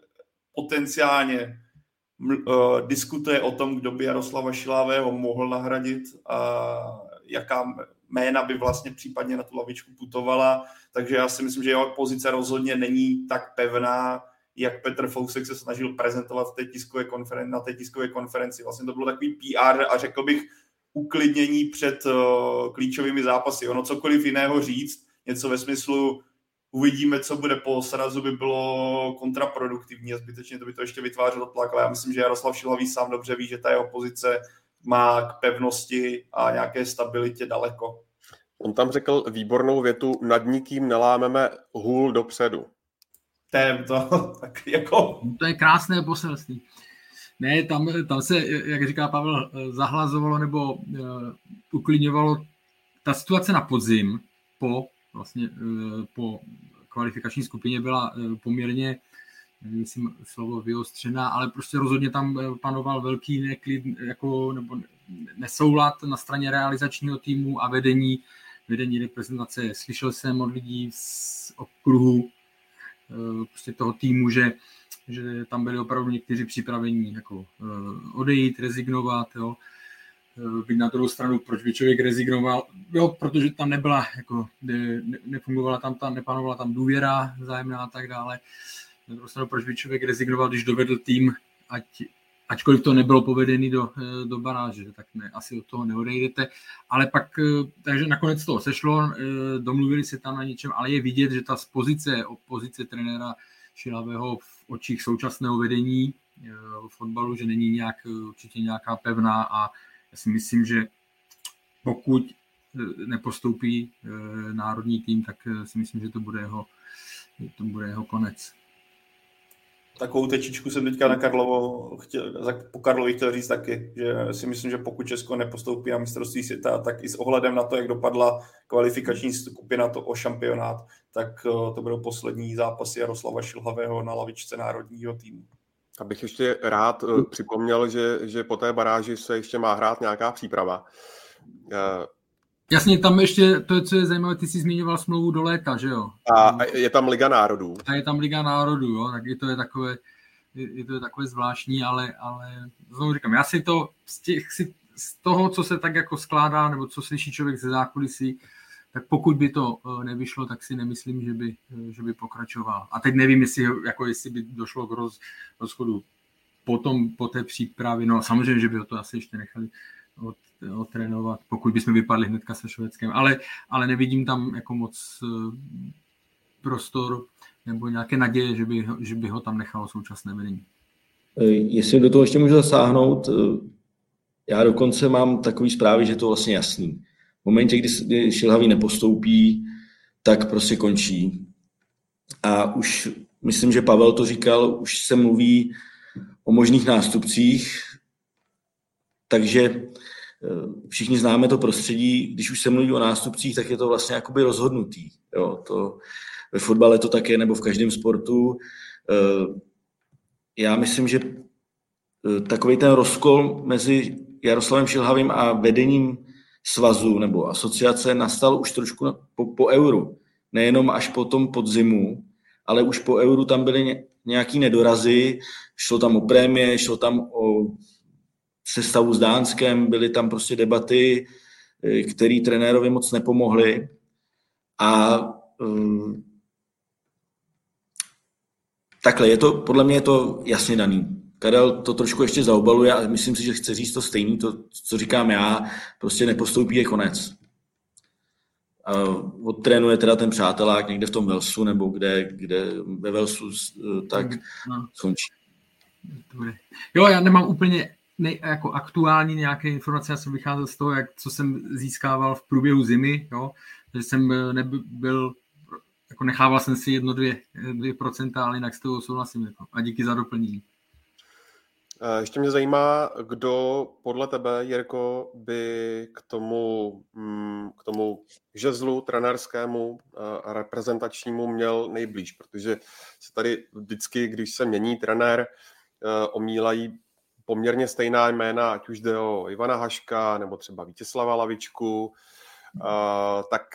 potenciálně diskutuje o tom, kdo by Jaroslava Šilhavého mohl nahradit a jaká jména by vlastně případně na tu lavičku putovala, takže já si myslím, že jeho pozice rozhodně není tak pevná, jak Petr Fousek se snažil prezentovat na té tiskové konferenci. Vlastně to bylo takový PR a řekl bych uklidnění před klíčovými zápasy. Ono cokoliv jiného říct, něco ve smyslu uvidíme, co bude po srazu, by bylo kontraproduktivní a zbytečně to by to ještě vytvářelo tlak, ale já myslím, že Jaroslav Šilhavý sám dobře ví, že ta jeho pozice má k pevnosti a nějaké stabilitě daleko. On tam řekl výbornou větu, nad nikým nelámeme hůl dopředu. To je krásné poselství. Ne, tam se, jak říká Pavel, zahlazovalo nebo uklidňovalo ta situace na podzim po kvalifikační skupině byla poměrně, myslím slovo vyostřená, ale prostě rozhodně tam panoval velký neklid, nebo nesoulad na straně realizačního týmu a vedení reprezentace. Slyšel jsem od lidí z okruhu prostě toho týmu, že tam byli opravdu někteří připravení jako odejít, rezignovat, jo. Byť na druhou stranu, proč by člověk rezignoval, jo, protože tam nebyla, jako, nefungovala tam, nepanovala tam důvěra vzájemná a tak dále. Na druhou stranu, proč by člověk rezignoval, když dovedl tým, ačkoliv to nebylo povedený do baráže, tak asi od toho neodejdete. Ale pak, takže nakonec toho sešlo, domluvili se tam na něčem, ale je vidět, že ta pozice trenéra Šilhavého v očích současného vedení fotbalu, že není určitě nějaká pevná a já si myslím, že pokud nepostoupí národní tým, tak si myslím, že to bude jeho konec. Takovou tečičku jsem teďka na po Karlovi chtěl říct taky, že si myslím, že pokud Česko nepostoupí na mistrovství světa, tak i s ohledem na to, jak dopadla kvalifikační skupina o šampionát, tak to budou poslední zápasy Jaroslava Šilhavého na lavičce národního týmu. Abych ještě rád připomněl, že po té baráži se ještě má hrát nějaká příprava. Jasně, tam ještě, to, co je zajímavé, ty jsi zmiňoval smlouvu do léta, že jo? A je tam Liga národů. A je tam Liga národů, jo, tak to je takové zvláštní, ale znovu říkám, já si to z toho, co se tak jako skládá, nebo co slyší člověk ze zákulisí, tak pokud by to nevyšlo, tak si nemyslím, že by pokračoval. A teď nevím, jestli by došlo k rozchodu po té přípravě, no samozřejmě, že by ho to asi ještě nechali otrénovat, pokud bychom vypadli hnedka se Švédskem, ale nevidím tam jako moc prostor nebo nějaké naděje, že by ho tam nechalo současné vedení. Jestli do toho ještě můžu zasáhnout, já dokonce mám takový zprávy, že je to vlastně jasný. V momentě, kdy Šilhavý nepostoupí, tak prostě končí. A už myslím, že Pavel to říkal, už se mluví o možných nástupcích, takže všichni známe to prostředí, když už se mluví o nástupcích, tak je to vlastně jakoby rozhodnutý. Jo, to ve fotbale to tak je, nebo v každém sportu. Já myslím, že takový ten rozkol mezi Jaroslavem Šilhavým a vedením svazu nebo asociace nastal už trošku po euru. Nejenom až po tom podzimu, ale už po euru tam byly nějaký nedorazy, šlo tam o prémie, šlo tam o sestavu s Dánskem, byly tam prostě debaty, které trenérovi moc nepomohly. A takhle, podle mě je to jasně daný. Karel to trošku ještě zaobaluje a myslím si, že chce říct to stejný, to, co říkám já, prostě nepostoupí, je konec. Odtrénuje teda ten přátelák někde v tom Walesu, nebo kde ve Walesu, tak skončí. Jo, já nemám úplně jako aktuální nějaké informace, já jsem vycházel z toho, co jsem získával v průběhu zimy, jo, že jsem nebyl, jako nechával jsem si 1-2%, ale jinak s toho souhlasím. Jako. A díky za doplnění. Ještě mě zajímá, kdo podle tebe, Jirko, by k tomu žezlu trenérskému a reprezentačnímu měl nejblíž, protože se tady vždycky, když se mění trenér, omílají poměrně stejná jména, ať už jde o Ivana Haška nebo třeba Vítězslava Lavičku, tak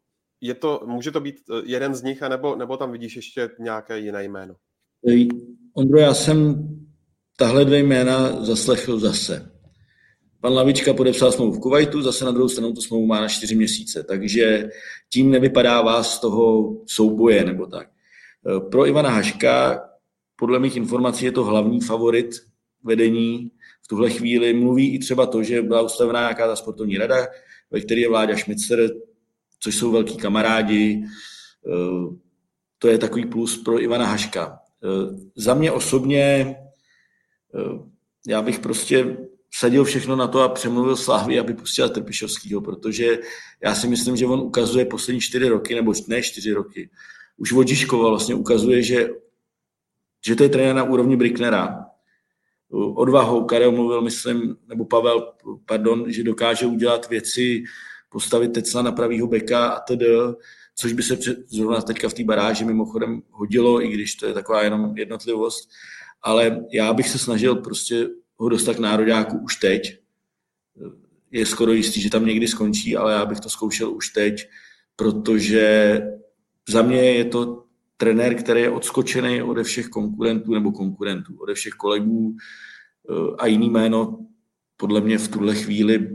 může to být jeden z nich, nebo tam vidíš ještě nějaké jiné jméno? Ondro, já jsem tahle 2 jména zaslechl zase. Pan Lavička podepsal smlouvu v Kuvajtu, zase na druhou stranu tu smlouvu má na 4 měsíce, takže tím nevypadává z toho souboje nebo tak. Pro Ivana Haška, podle mých informací, je to hlavní favorit vedení. V tuhle chvíli mluví i třeba to, že byla ustavená nějaká ta sportovní rada, ve které je Vláďa Šmicer, což jsou velký kamarádi. To je takový plus pro Ivana Haška. Za mě osobně já bych prostě sadil všechno na to a přemluvil Slávy, aby pustila Trpišovskýho, protože já si myslím, že on ukazuje poslední 4 roky, nebo ne 4 roky, už od Žižkova vlastně ukazuje, že to je trenér na úrovni Bricknera. Odvahou, Karel mluvil, myslím, nebo Pavel, že dokáže udělat věci, postavit Tecla na pravýho beka a td., což by se zrovna teďka v té baráži mimochodem hodilo, i když to je taková jenom jednotlivost. Ale já bych se snažil prostě ho dostat k nároďáku už teď. Je skoro jistý, že tam někdy skončí, ale já bych to zkoušel už teď, protože za mě je to trenér, který je odskočený ode všech konkurentů, ode všech kolegů a jiný jméno podle mě v tuhle chvíli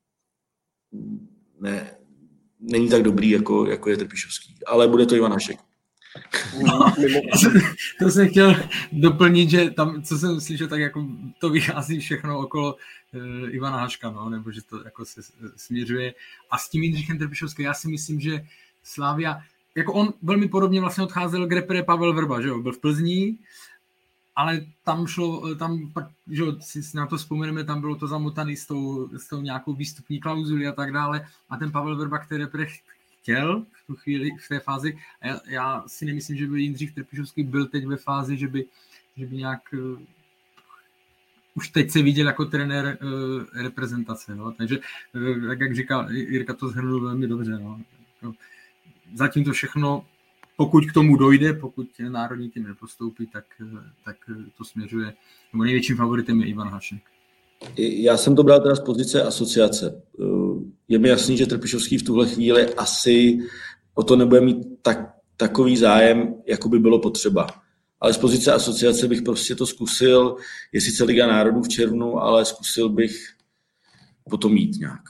není tak dobrý, jako je Trpišovský. Ale bude to Ivan Hašek. To jsem chtěl doplnit, že tam, co jsem slyšel, tak jako to vychází všechno okolo Ivana Haška, no, nebo že to jako se směřuje. A s tím Jindřichem Trpišovským, já si myslím, že Slavia, jako on velmi podobně vlastně odcházel k repre Pavel Vrba, že jo, byl v Plzni, ale tam pak, že jo, si na to vzpomeneme, tam bylo to zamotané s tou nějakou výstupní klauzuli a tak dále. A ten Pavel Vrba, který repre chtěl v tu chvíli, v té fázi, a já si nemyslím, že by Jindřich Trpišovský byl teď ve fázi, že by nějak už teď se viděl jako trenér reprezentace, no. Takže tak jak říkal Jirka, to shrnul velmi dobře, no. Zatím to všechno, pokud k tomu dojde, pokud národní tým nepostoupí, tak to směřuje, nebo největším favoritem je Ivan Hašek. Já jsem to bral teda z pozice asociace. Je mi jasný, že Trpišovský v tuhle chvíli asi o to nebude mít takový zájem, jako by bylo potřeba. Ale z pozice asociace bych prostě to zkusil, je sice Liga národů v červnu, ale zkusil bych potom jít nějak.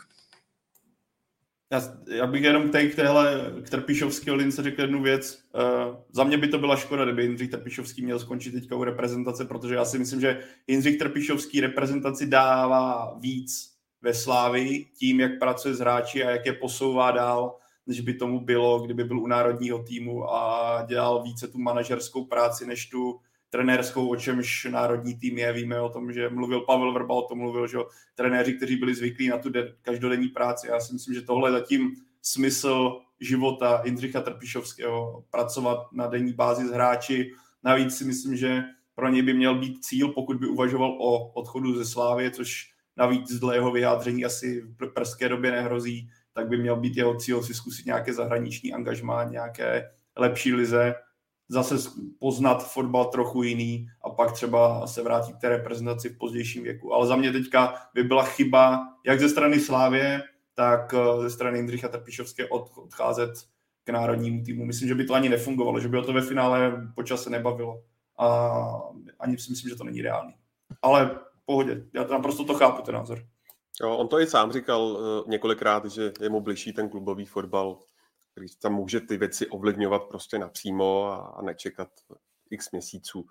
Já bych jenom k Trpišovského lince řekl jednu věc. Za mě by to byla škoda, kdyby Jindřich Trpišovský měl skončit teďka u reprezentace, protože já si myslím, že Jindřich Trpišovský reprezentaci dává víc ve Slávii tím, jak pracuje s hráči a jak je posouvá dál, než by tomu bylo, kdyby byl u národního týmu a dělal více tu manažerskou práci, než tu trenérskou, o čemž národní tým je. Víme o tom, že mluvil Pavel Vrba, o tom mluvil, že trenéři, kteří byli zvyklí na tu každodenní práci. Já si myslím, že tohle je zatím smysl života Jindřicha Trpišovského, pracovat na denní bázi s hráči. Navíc si myslím, že pro něj by měl být cíl, pokud by uvažoval o odchodu ze Slávie, což navíc dle jeho vyjádření asi v brzké době nehrozí, tak by měl být jeho cíl si zkusit nějaké zahraniční angažmá, nějaké lepší lize, zase poznat fotbal trochu jiný a pak třeba se vrátit k té reprezentaci v pozdějším věku. Ale za mě teďka by byla chyba jak ze strany Slávie, tak ze strany Jindřicha Trpišovské odcházet k národnímu týmu. Myslím, že by to ani nefungovalo, že by o to ve finále po čase nebavilo. A ani si myslím, že to není reálný. Ale v pohodě, já to naprosto to chápu, ten názor. Jo, on to i sám říkal několikrát, že je mu bližší ten klubový fotbal, který tam může ty věci ovlivňovat prostě napřímo a nečekat x měsíců.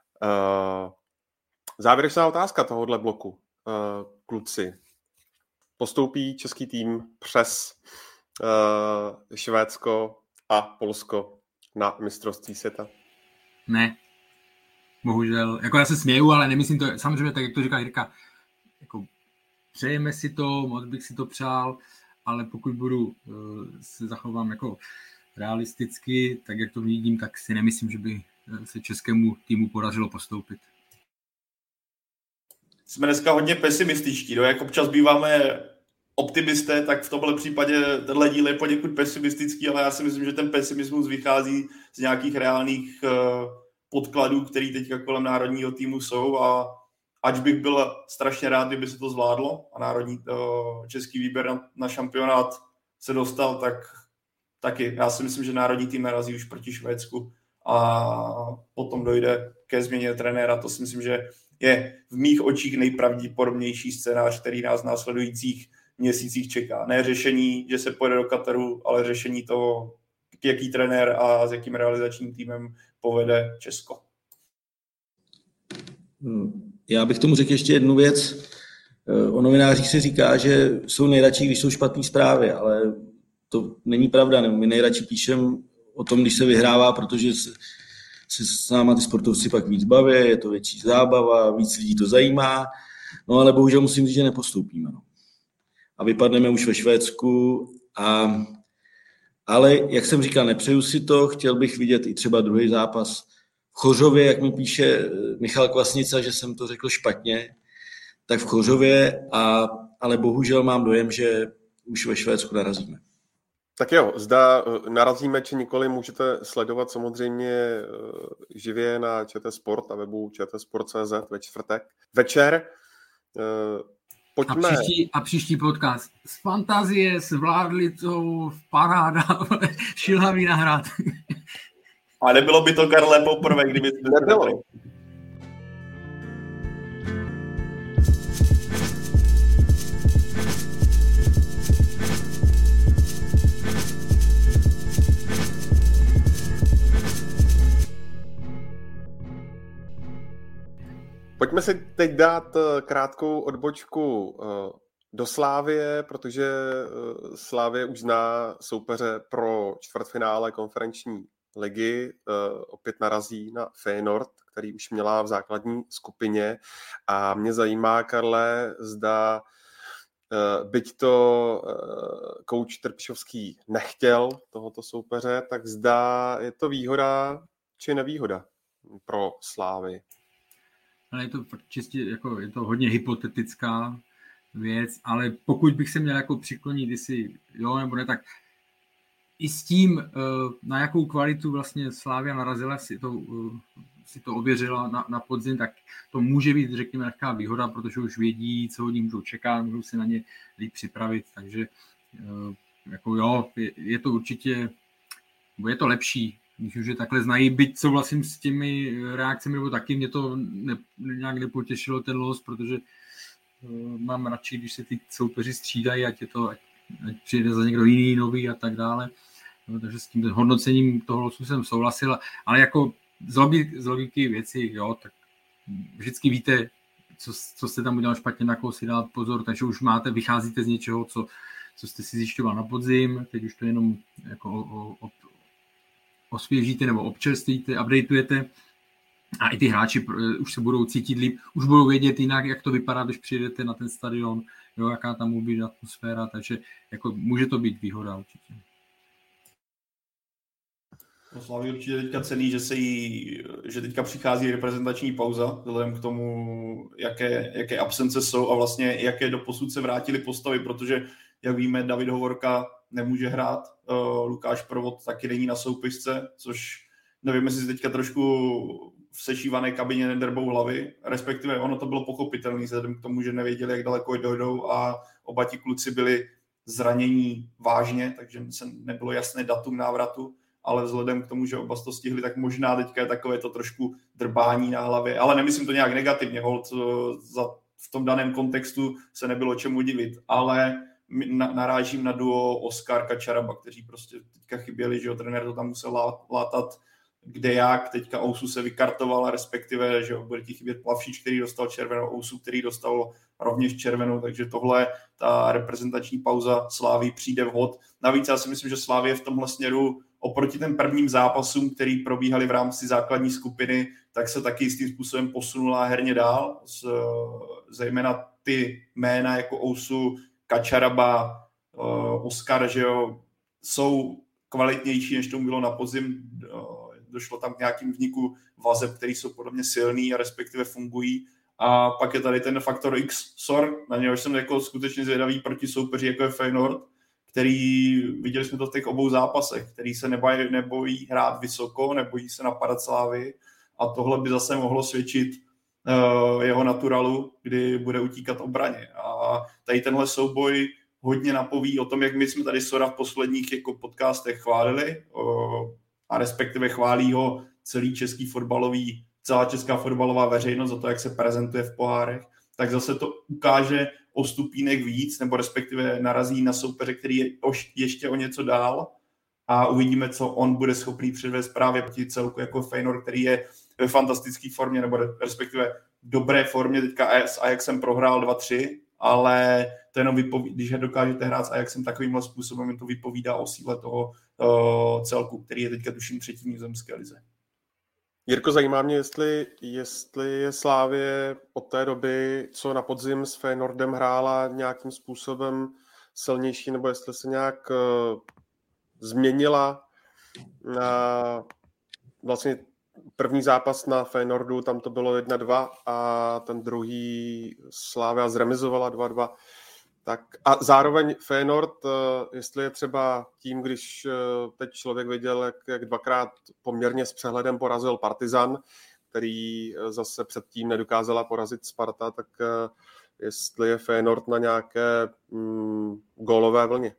Závěrečná otázka tohohle bloku. Kluci, postoupí český tým přes Švédsko a Polsko na mistrovství světa? Ne. Bohužel. Jako já se směju, ale nemyslím to, samozřejmě tak, jak to říká Jirka, jako přejeme si to, moc bych si to přál, ale pokud se zachovám jako realisticky, tak jak to vidím, tak si nemyslím, že by se českému týmu podařilo postoupit. Jsme dneska hodně pesimističtí, no? Jak občas býváme optimisté, tak v tomhle případě tenhle díl je poněkud pesimistický, ale já si myslím, že ten pesimismus vychází z nějakých reálných podkladů, který teďka kolem národního týmu jsou, a ač bych byl strašně rád, kdyby se to zvládlo a národní český výběr na šampionát se dostal, tak taky. Já si myslím, že národní tým narazí už proti Švédsku a potom dojde ke změně trenéra. To si myslím, že je v mých očích nejpravděpodobnější scénář, který nás v následujících měsících čeká. Ne řešení, že se pojede do Kataru, ale řešení toho, jaký trenér a s jakým realizačním týmem povede Česko. Já bych tomu řekl ještě jednu věc. O novinářích se říká, že jsou nejradši, když jsou špatné zprávy, ale to není pravda. My nejradši píšeme o tom, když se vyhrává, protože se s náma ty sportovci pak víc baví, je to větší zábava, víc lidí to zajímá, no ale bohužel musím říct, že nepostoupíme. No. A vypadneme už ve Švédsku, ale jak jsem říkal, nepřeju si to, chtěl bych vidět i třeba druhý zápas v Chořově, jak mi píše Michal Kvasnica, že jsem to řekl špatně, tak v Chořově, ale bohužel mám dojem, že už ve Švédsku narazíme. Tak jo, zda narazíme či nikoli, můžete sledovat samozřejmě živě na ČT Sport a webu čtsport.cz ve čtvrtek večer. Pojďme. A příští podcast. Z fantazie s Vládlicou, paráda, šilhavý nahrát. A nebylo by to, Karle, poprvé, kdyby nebylo. Pojďme si teď dát krátkou odbočku do Slavie, protože Slavie už zná soupeře pro čtvrtfinále konferenční ligy. Opět narazí na Feyenoord, který už měla v základní skupině. A mě zajímá, Karle, zda byť to kouč Trpišovský nechtěl tohoto soupeře, tak zda je to výhoda či nevýhoda pro Slavii. Ale je to čistě, jako, je to hodně hypotetická věc, ale pokud bych se měl jako přiklonit, jestli jo nebo ne, tak i s tím, na jakou kvalitu vlastně Slavia narazila, si to ověřila na podzim, tak to může být, řekněme, nějaká výhoda, protože už vědí, co od ní můžou čekat, můžou si na ně líp připravit, takže jako jo, je to určitě, je to lepší, když už je takhle znají, byť co vlastně s těmi reakcemi, nebo taky mě to nějak nepotěšilo ten los, protože mám radši, když se ty soupeři střídají, ať přijde za někdo jiný, nový a tak dále. No, takže s tím hodnocením toho losu jsem souhlasil, ale jako z logiky věci, jo, tak vždycky víte, co jste tam udělal špatně, na koho si dát pozor, takže už vycházíte z něčeho, co jste si zjišťoval na podzim, teď už to jenom jako osvěžíte nebo občerstvíte, updateujete a i ty hráči už se budou cítit líp, už budou vědět jinak, jak to vypadá, když přijedete na ten stadion, jo, jaká tam může být atmosféra, takže jako může to být výhoda určitě. No, Slavii určitě teďka cený, že teďka přichází reprezentační pauza, vzhledem k tomu, jaké absence jsou a vlastně jaké doposud se vrátily postavy, protože, jak víme, David Hovorka nemůže hrát, Lukáš Provod taky není na soupisce, což nevím, jestli si teďka trošku v sešívané kabině nedrbou hlavy, respektive ono to bylo pochopitelné vzhledem k tomu, že nevěděli, jak daleko dojdou a oba ti kluci byli zranění vážně, takže se nebylo jasné datum návratu, ale vzhledem k tomu, že oba to stihli, tak možná teďka je takové to trošku drbání na hlavě, ale nemyslím to nějak negativně, holt v tom daném kontextu se nebylo čemu divit, ale narážím na duo Oskar Kačaraba, kteří prostě teďka chyběli, že jo, trenér to tam musel látat kde jak, teďka Ousu se vykartovala, respektive, že jo, bude ti chybět Plavšič, který dostal červenou, Ousu, který dostal rovněž červenou, takže tohle, ta reprezentační pauza Slávy přijde vhod. Navíc já si myslím, že Slávie v tomhle směru oproti těm prvním zápasům, který probíhaly v rámci základní skupiny, tak se taky jistým způsobem posunula herně dál, zejména ty jména jako Ousu, Kačaraba, Oskar, že jo, jsou kvalitnější, než tomu bylo na podzim. Došlo tam k nějakým vzniku vazeb, který jsou podle mě silný a respektive fungují. A pak je tady ten faktor X SOR, na něhož jsem jako skutečně zvědavý proti soupeři, jako je Feyenoord, který, viděli jsme to v těch obou zápasech, který se nebojí hrát vysoko, nebojí se napadat Slávy a tohle by zase mohlo svědčit jeho naturalu, kdy bude utíkat obraně. A tady tenhle souboj hodně napoví o tom, jak my jsme tady Sora v posledních jako podcastech chválili a respektive chválí ho celá česká fotbalová veřejnost za to, jak se prezentuje v pohárech, tak zase to ukáže o stupínek víc, nebo respektive narazí na soupeře, který je ještě o něco dál a uvidíme, co on bude schopný předvést právě proti celku jako Feyenoord, který je ve fantastické formě, nebo respektive v dobré formě. Teďka s Ajaxem prohrál 2-3, ale to jenom když dokážete hrát s Ajaxem takovýmhle způsobem, to vypovídá o síle toho celku, který je teďka tuším 3. v nizozemské lize. Jirko, zajímá mě, jestli je Slavie od té doby, co na podzim s Feyenoordem hrála, nějakým způsobem silnější, nebo jestli se nějak změnila. Vlastně první zápas na Feyenoordu, tam to bylo 1-2 a ten druhý Slavia zremizovala 2-2. Tak a zároveň Feyenoord, jestli je třeba tím, když teď člověk viděl, jak dvakrát poměrně s přehledem porazil Partizan, který zase předtím nedokázala porazit Sparta, tak jestli je Feyenoord na nějaké gólové vlně.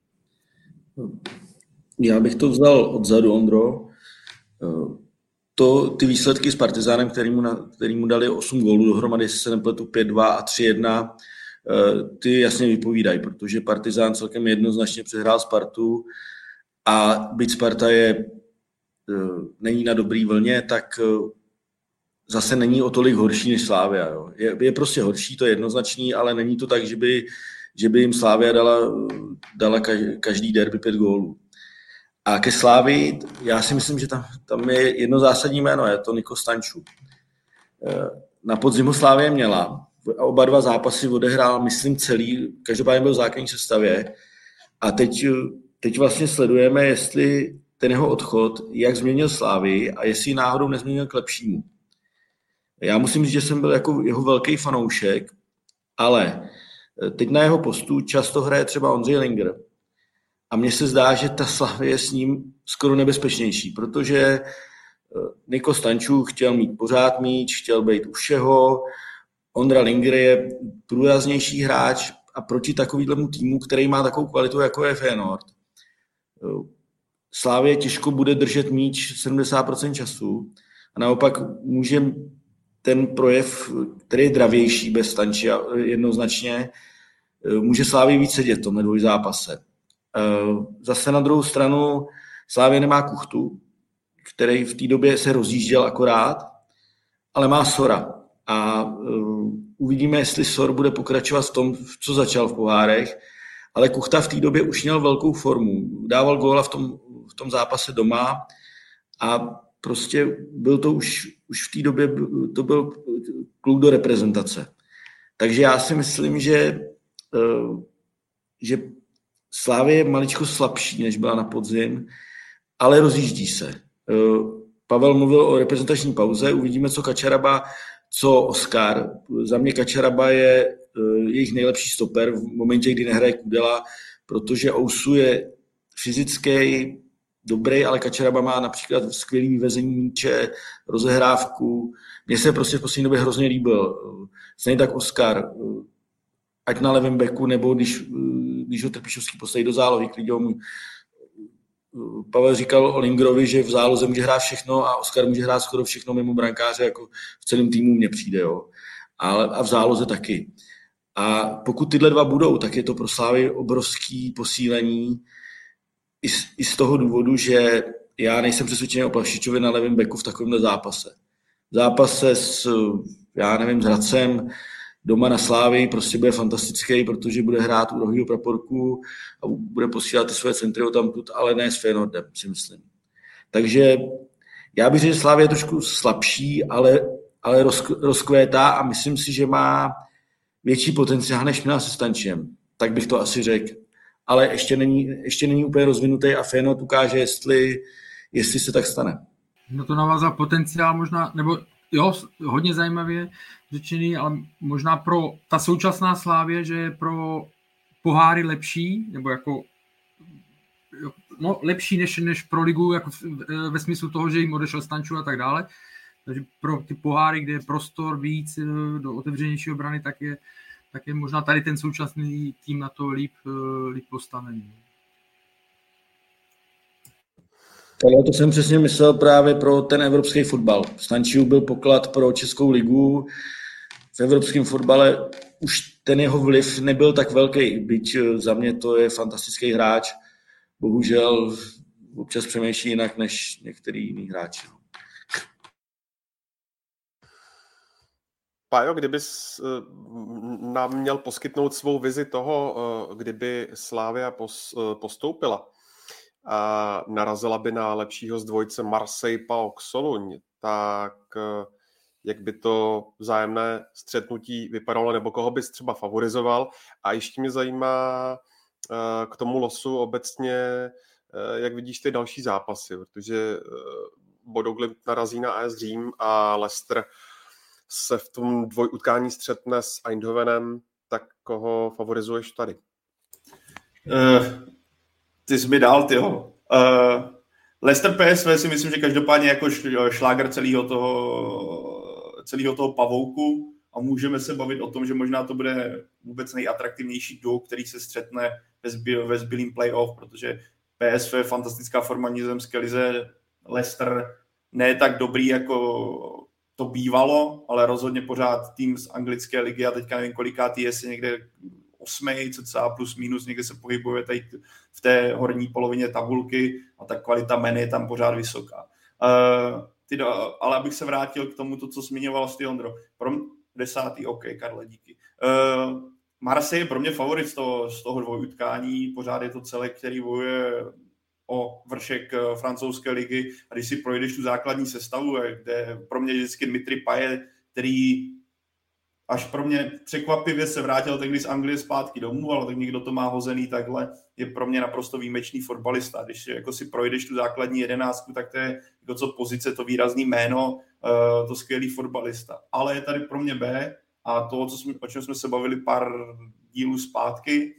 Já bych to vzal odzadu, Ondro. Ty výsledky s Partizánem, který mu dali 8 gólů dohromady, jestli se nepletu 5-2 a 3-1, ty jasně vypovídají, protože Partizán celkem jednoznačně přehrál Spartu a byť Sparta není na dobrý vlně, tak zase není o tolik horší než Slavia. Jo. Je prostě horší, to je jednoznačný, ale není to tak, že by jim Slavia dala každý derby 5 gólů. A ke Slávii, já si myslím, že tam je jedno zásadní jméno, je to Niko Stanču. Na podzimu Slávie měla, oba dva zápasy odehrál, myslím, celý, každopádně byl v základní sestavě. A teď vlastně sledujeme, jestli ten jeho odchod, jak změnil Slávii a jestli náhodou nezměnil k lepšímu. Já musím říct, že jsem byl jako jeho velký fanoušek, ale teď na jeho postu často hraje třeba Ondřej Linger. A mně se zdá, že ta Slavie je s ním skoro nebezpečnější, protože Niko Stanču chtěl mít pořád míč, chtěl být u všeho, Ondra Linger je průraznější hráč a proti takovému týmu, který má takovou kvalitu, jako je Feyenoord, Slavie těžko bude držet míč 70% času a naopak může ten projev, který je dravější bez Stanči jednoznačně, může Slavii víc sedět v tomhle dvojzápase. Zase na druhou stranu Slavie nemá Kuchtu, který v té době se rozjížděl akorát, ale má Sora. A uvidíme, jestli Sor bude pokračovat v tom, co začal v pohárech, ale Kuchta v té době už měl velkou formu. Dával góla v tom zápase doma a prostě byl to už v té době to byl kluk do reprezentace. Takže já si myslím, že Slavie je maličko slabší, než byla na podzim, ale rozjíždí se. Pavel mluvil o reprezentační pauze, uvidíme, co Kačaraba, co Oskar. Za mě Kačaraba je jejich nejlepší stoper v momentě, kdy nehraje Kudela, protože Ousu je fyzický, dobrý, ale Kačaraba má například skvělý vyvezení míče, rozehrávku. Mně se prostě v poslední době hrozně líbil. Stejně tak Oskar, ať na levém beku, nebo když ho Trpišovský postaví do zálohy, klidně mu Pavel říkal o Lingerovi, že v záloze může hrát všechno a Oskar může hrát skoro všechno mimo brankáře, jako v celém týmu mně přijde. Jo. A v záloze taky. A pokud tyhle dva budou, tak je to pro Slávy obrovský posílení i z toho důvodu, že já nejsem přesvědčený o Plavšičovi na levém beku v takovémhle zápase. Zápase s Hradcem doma na Slávii prostě bude fantastický, protože bude hrát u Rohyho Praporku a bude posílat ty své centry odtamtud, ale ne s Feyenoordem, si myslím. Takže já bych řekl, že Slávia je trošku slabší, ale rozkvétá a myslím si, že má větší potenciál, než měla se Stančem. Tak bych to asi řekl. Ale ještě není úplně rozvinutý a Feyenoord ukáže, jestli se tak stane. No to navázal potenciál možná, nebo jo, hodně zajímavě řečený, ale možná pro ta současná Slávie, že je pro poháry lepší, nebo jako lepší než pro ligu, jako ve smyslu toho, že jim odešel Stanču a tak dále. Takže pro ty poháry, kde je prostor víc do otevřenější obrany, tak je možná tady ten současný tým na to líp postavený. Ale to jsem přesně myslel právě pro ten evropský fotbal. Stančiu byl poklad pro Českou ligu. V evropském fotbale už ten jeho vliv nebyl tak velký, byť za mě to je fantastický hráč. Bohužel občas přemýšlí jinak než některý jiný hráči. Pájo, kdybys nám měl poskytnout svou vizi toho, kdyby Slavia postoupila a narazila by na lepšího z dvojice Marseille-PAOK Soluň, tak jak by to vzájemné střetnutí vypadalo, nebo koho bys třeba favorizoval? A ještě mě zajímá k tomu losu obecně, jak vidíš ty další zápasy, protože Bodo Glimt narazí na AS Řím a Leicester se v tom dvojutkání střetne s Eindhovenem, tak koho favorizuješ tady? Ty jsi mi dal, tyjo. Leicester PSV si myslím, že každopádně jako šláger celého toho pavouku a můžeme se bavit o tom, že možná to bude vůbec nejatraktivnější duo, který se střetne ve zbylým playoff, protože PSV je fantastická forma nizozemské lize, Leicester ne tak dobrý, jako to bývalo, ale rozhodně pořád tým z anglické ligy a teďka nevím kolikátý, jestli někde 8. cca plus minus, někde se pohybuje tady v té horní polovině tabulky a ta kvalita men je tam pořád vysoká. Ale abych se vrátil k tomu, co zmiňoval ty, Ondro. 10. OK, Karle, díky. Marseille je pro mě favorit z toho dvojutkání, pořád je to celek, který bojuje o vršek francouzské ligy a když si projdeš tu základní sestavu, kde pro mě vždycky Dmitry Payet, který až pro mě překvapivě se vrátil tehdy z Anglie zpátky domů, ale tak někdo to má hozený takhle, je pro mě naprosto výjimečný fotbalista. Když jako si projdeš tu základní 11, tak to je jako co pozice, to výrazný jméno, to skvělý fotbalista. Ale je tady pro mě B a to, o čem jsme se bavili pár dílů zpátky,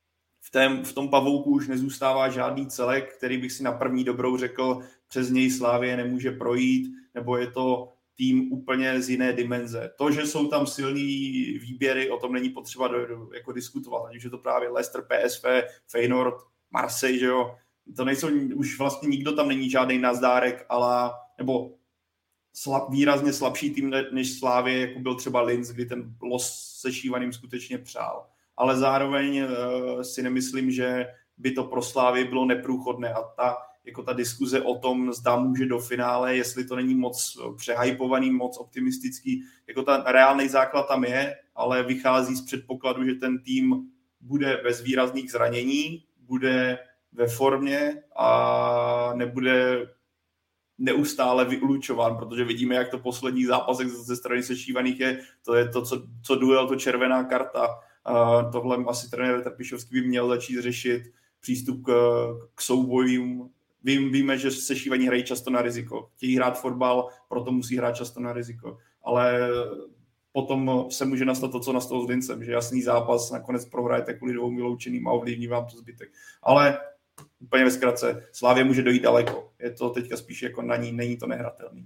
v tom pavouku už nezůstává žádný celek, který bych si na první dobrou řekl, přes něj Slavie nemůže projít, nebo je to tým úplně z jiné dimenze. To, že jsou tam silný výběry, o tom není potřeba jako diskutovat, ať už je to právě Leicester, PSV, Feyenoord, Marseille, že jo. To nejsou, už vlastně nikdo tam není žádný nazdárek, ale nebo výrazně slabší tým než Slavie, jako byl třeba Linz, kdy ten los se Šívaným skutečně přál. Ale zároveň si nemyslím, že by to pro Slavii bylo neprůchodné a ta diskuze o tom, zda může do finále, jestli to není moc přehypovaný, moc optimistický, jako ten reálný základ tam je, ale vychází z předpokladu, že ten tým bude bez výrazných zranění, bude ve formě a nebude neustále vylučován, protože vidíme, jak to v posledních zápasech ze strany sešívaných je, to je to, co duel, to červená karta. Tohle asi trenér Trpišovský by měl začít řešit, přístup k soubojům. Víme, že sešívaní hrají často na riziko. Chtějí hrát fotbal, proto musí hrát často na riziko. Ale potom se může nastat to, co nastalo s Lincem, že jasný zápas, nakonec prohrajete kvůli 2 vyloučeným a ovlivní vám to zbytek. Ale úplně ve zkratce, Slavie může dojít daleko. Je to teďka spíš jako na ní, není to nehratelný.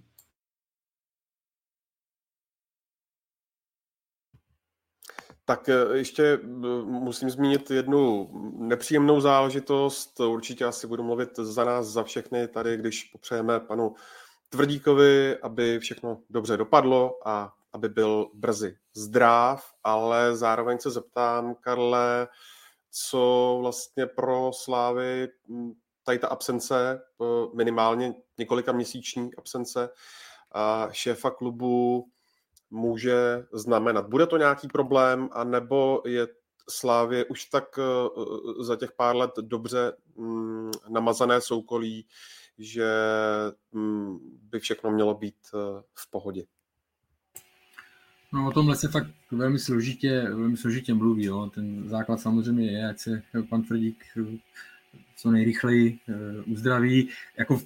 Tak ještě musím zmínit jednu nepříjemnou záležitost. Určitě asi budu mluvit za nás, za všechny tady, když popřejeme panu Tvrdíkovi, aby všechno dobře dopadlo a aby byl brzy zdrav, ale zároveň se zeptám, Karle, co vlastně pro Slávy tady ta absence, minimálně několika měsíční absence šéfa klubu může znamenat. Bude to nějaký problém, anebo je Slavie už tak za těch pár let dobře namazané soukolí, že by všechno mělo být v pohodě? No o tomhle se fakt velmi složitě mluví. Jo. Ten základ samozřejmě je, ať se pan Tvrdík co nejrychleji uzdraví. Jako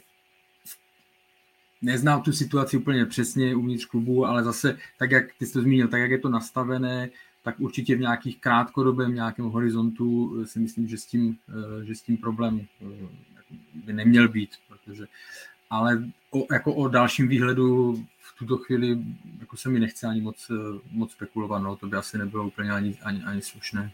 neznám tu situaci úplně přesně uvnitř klubu, ale zase, tak jak ty jsi to zmínil, tak jak je to nastavené, tak určitě v nějakých krátkodobém nějakém horizontu si myslím, že s tím problém by neměl být, protože, ale o dalším výhledu v tuto chvíli jako se mi nechce ani moc spekulovat, no, to by asi nebylo úplně ani slušné.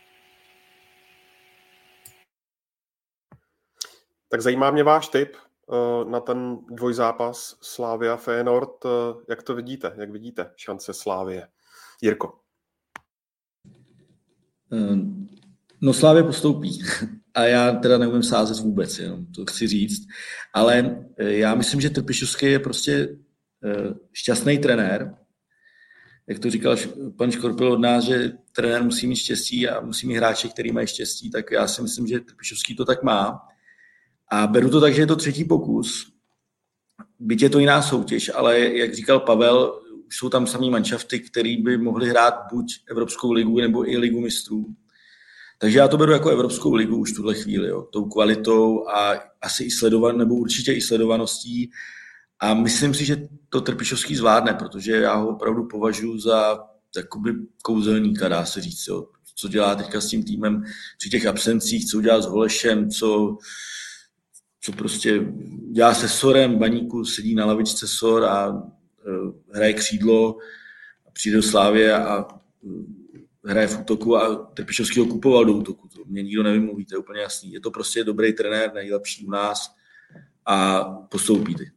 Tak zajímá mě váš tip. na ten dvojzápas Slavia Feyenoord. Jak to vidíte? Jak vidíte šance Slavie? Jirko. No Slavia postoupí. A já teda neumím sázet vůbec, jenom to chci říct. Ale já myslím, že Trpišovský je prostě šťastný trenér. Jak to říkal pan Škorpil od nás, že trenér musí mít štěstí a musí mít hráče, který mají štěstí, tak já si myslím, že Trpišovský to tak má. A beru to tak, že je to třetí pokus. Byť je to jiná soutěž, ale jak říkal Pavel, už jsou tam samý manšafty, který by mohli hrát buď Evropskou ligu nebo i Ligu mistrů. Takže já to beru jako Evropskou ligu už v tuhle chvíli, jo, tou kvalitou a asi i nebo určitě i sledovaností. A myslím si, že to Trpišovský zvládne, protože já ho opravdu považuji za jakoby kouzelníka, dá se říct. Jo. Co dělá teďka s tím týmem při těch absencích, co udělá s Holešem, co prostě dělá se Sorem, Baníku sedí na lavičce Sor a hraje křídlo a přijde do Slávie a hraje v útoku a Trpišovský ho kupoval do útoku. To mě nikdo nevymluví, to je úplně jasný. Je to prostě dobrý trenér, nejlepší u nás a postoupí ty.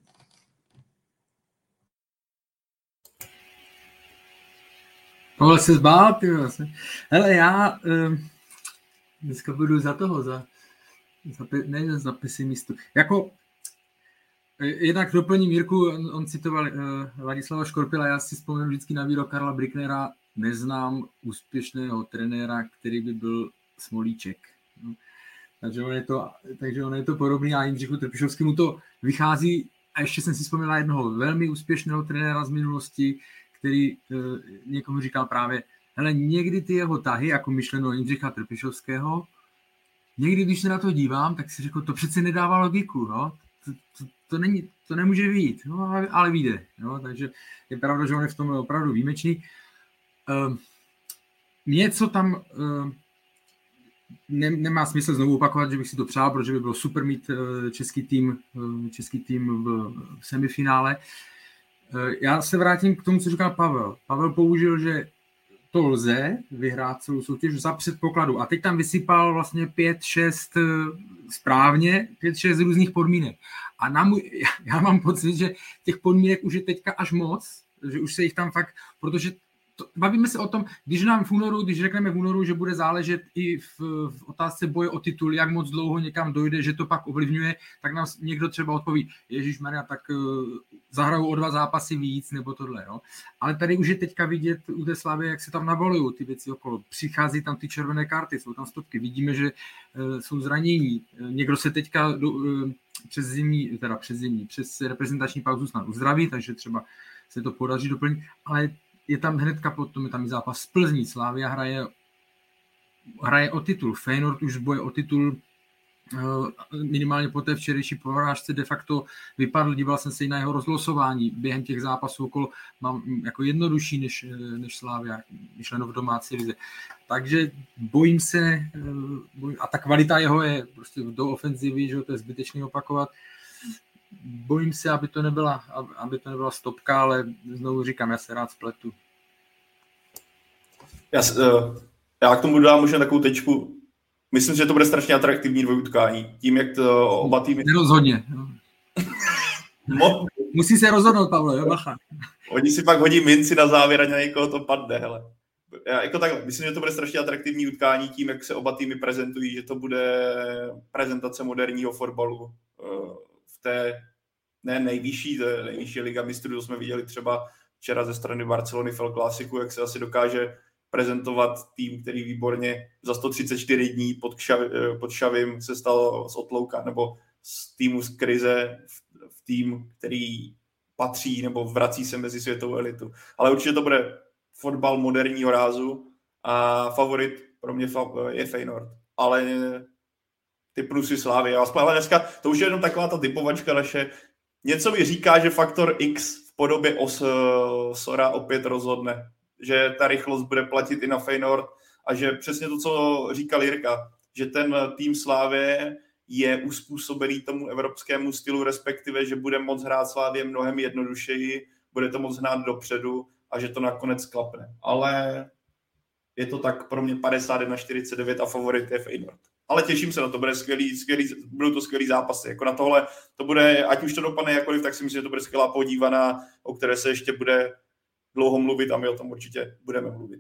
Tohle se zbál, ty vlastně. Hele, já dneska budu za toho, za pesimistu. Jako, jednak doplním Jirku, on citoval Ladislava Škorpila, já si vzpomínám vždycky na výrok Karla Bricknera, neznám úspěšného trenéra, který by byl Smolíček. No. Takže on je to podobný a Jindřichu Trpišovskému to vychází, a ještě jsem si vzpomněl na jednoho velmi úspěšného trenéra z minulosti, který někomu říkal právě, hele, někdy ty jeho tahy, jako myšleno Jindřicha Trpišovského, někdy, když se na to dívám, tak si řekl, to přece nedává logiku, no? To nemůže vyjít, no, ale vyjde. No? Takže je pravda, že on je v tom opravdu výjimečný. Něco tam nemá smysl znovu opakovat, že bych si to přál, protože by bylo super mít český tým v semifinále. Já se vrátím k tomu, co říkal Pavel. Pavel použil, že to lze vyhrát celou soutěž za předpokladu. A teď tam vysypal vlastně 5-6 správně, 5-6 různých podmínek. A já mám pocit, že těch podmínek už je teďka až moc, že už se jich tam fakt, protože bavíme se o tom, když řekneme v únoru, že bude záležet i v otázce boje o titul, jak moc dlouho někam dojde, že to pak ovlivňuje, tak nám někdo třeba odpoví, ježišmarja, tak zahrajou o 2 zápasy víc, nebo tohle. No. Ale tady už je teďka vidět u té Slavie, jak se tam nabalují ty věci okolo. Přichází tam ty červené karty, jsou tam stopky, vidíme, že jsou zranění. Někdo se teďka přes reprezentační pauzu snad uzdraví, takže třeba se to podaří doplnit, ale je tam hnedka potom, je tam i zápas z Plzní. Slavia hraje o titul. Feyenoord už boje o titul minimálně po té včerejší porážce de facto vypadl. Díval jsem se i na jeho rozlosování. Během těch zápasů okolo mám jako jednodušší než Slavia, myšleno v domácí lize. Takže bojím se, a ta kvalita jeho je prostě do ofenzivy, že to je zbytečný opakovat. Bojím se, aby to nebyla stopka, ale znovu říkám, já se rád spletu. Já k tomu dodám možná takovou tečku. Myslím, že to bude strašně atraktivní dvojutkání. Tím, jak to oba týmy... Nerozhodně. Musí se rozhodnout, Pavle, jo, bacha. Oni si pak hodí minci na závěr a na někoho to padne, hele. Já jako takhle, myslím, že to bude strašně atraktivní utkání tím, jak se oba týmy prezentují, že to bude prezentace moderního fotbalu v té nejvyšší liga mistrů, to jsme viděli třeba včera ze strany Barcelony v El Clásiku, jak se asi dokáže prezentovat tým, který výborně za 134 dní pod Xavim se stal z Otlouka, nebo z týmu z krize v tým, který patří nebo vrací se mezi světovou elitu. Ale určitě to bude fotbal moderního rázu a favorit pro mě je Feyenoord. Ale ty plusy Slavie. Ale dneska to už je jenom taková ta typovačka naše. Něco mi říká, že faktor X v podobě Sora opět rozhodne. Že ta rychlost bude platit i na Feyenoord a že přesně to, co říkal Jirka, že ten tým Slavie je uspůsobený tomu evropskému stylu, respektive, že bude moc hrát Slavie mnohem jednodušeji, bude to moc hrát dopředu a že to nakonec klapne. Ale je to tak pro mě 51-49 a favorit je Feyenoord. ale těším se na to, budou to skvělý zápasy. Jako na tohle to bude, ať už to dopadne jakkoliv, tak si myslím, že to bude skvělá podívaná, o které se ještě bude dlouho mluvit a my o tom určitě budeme mluvit.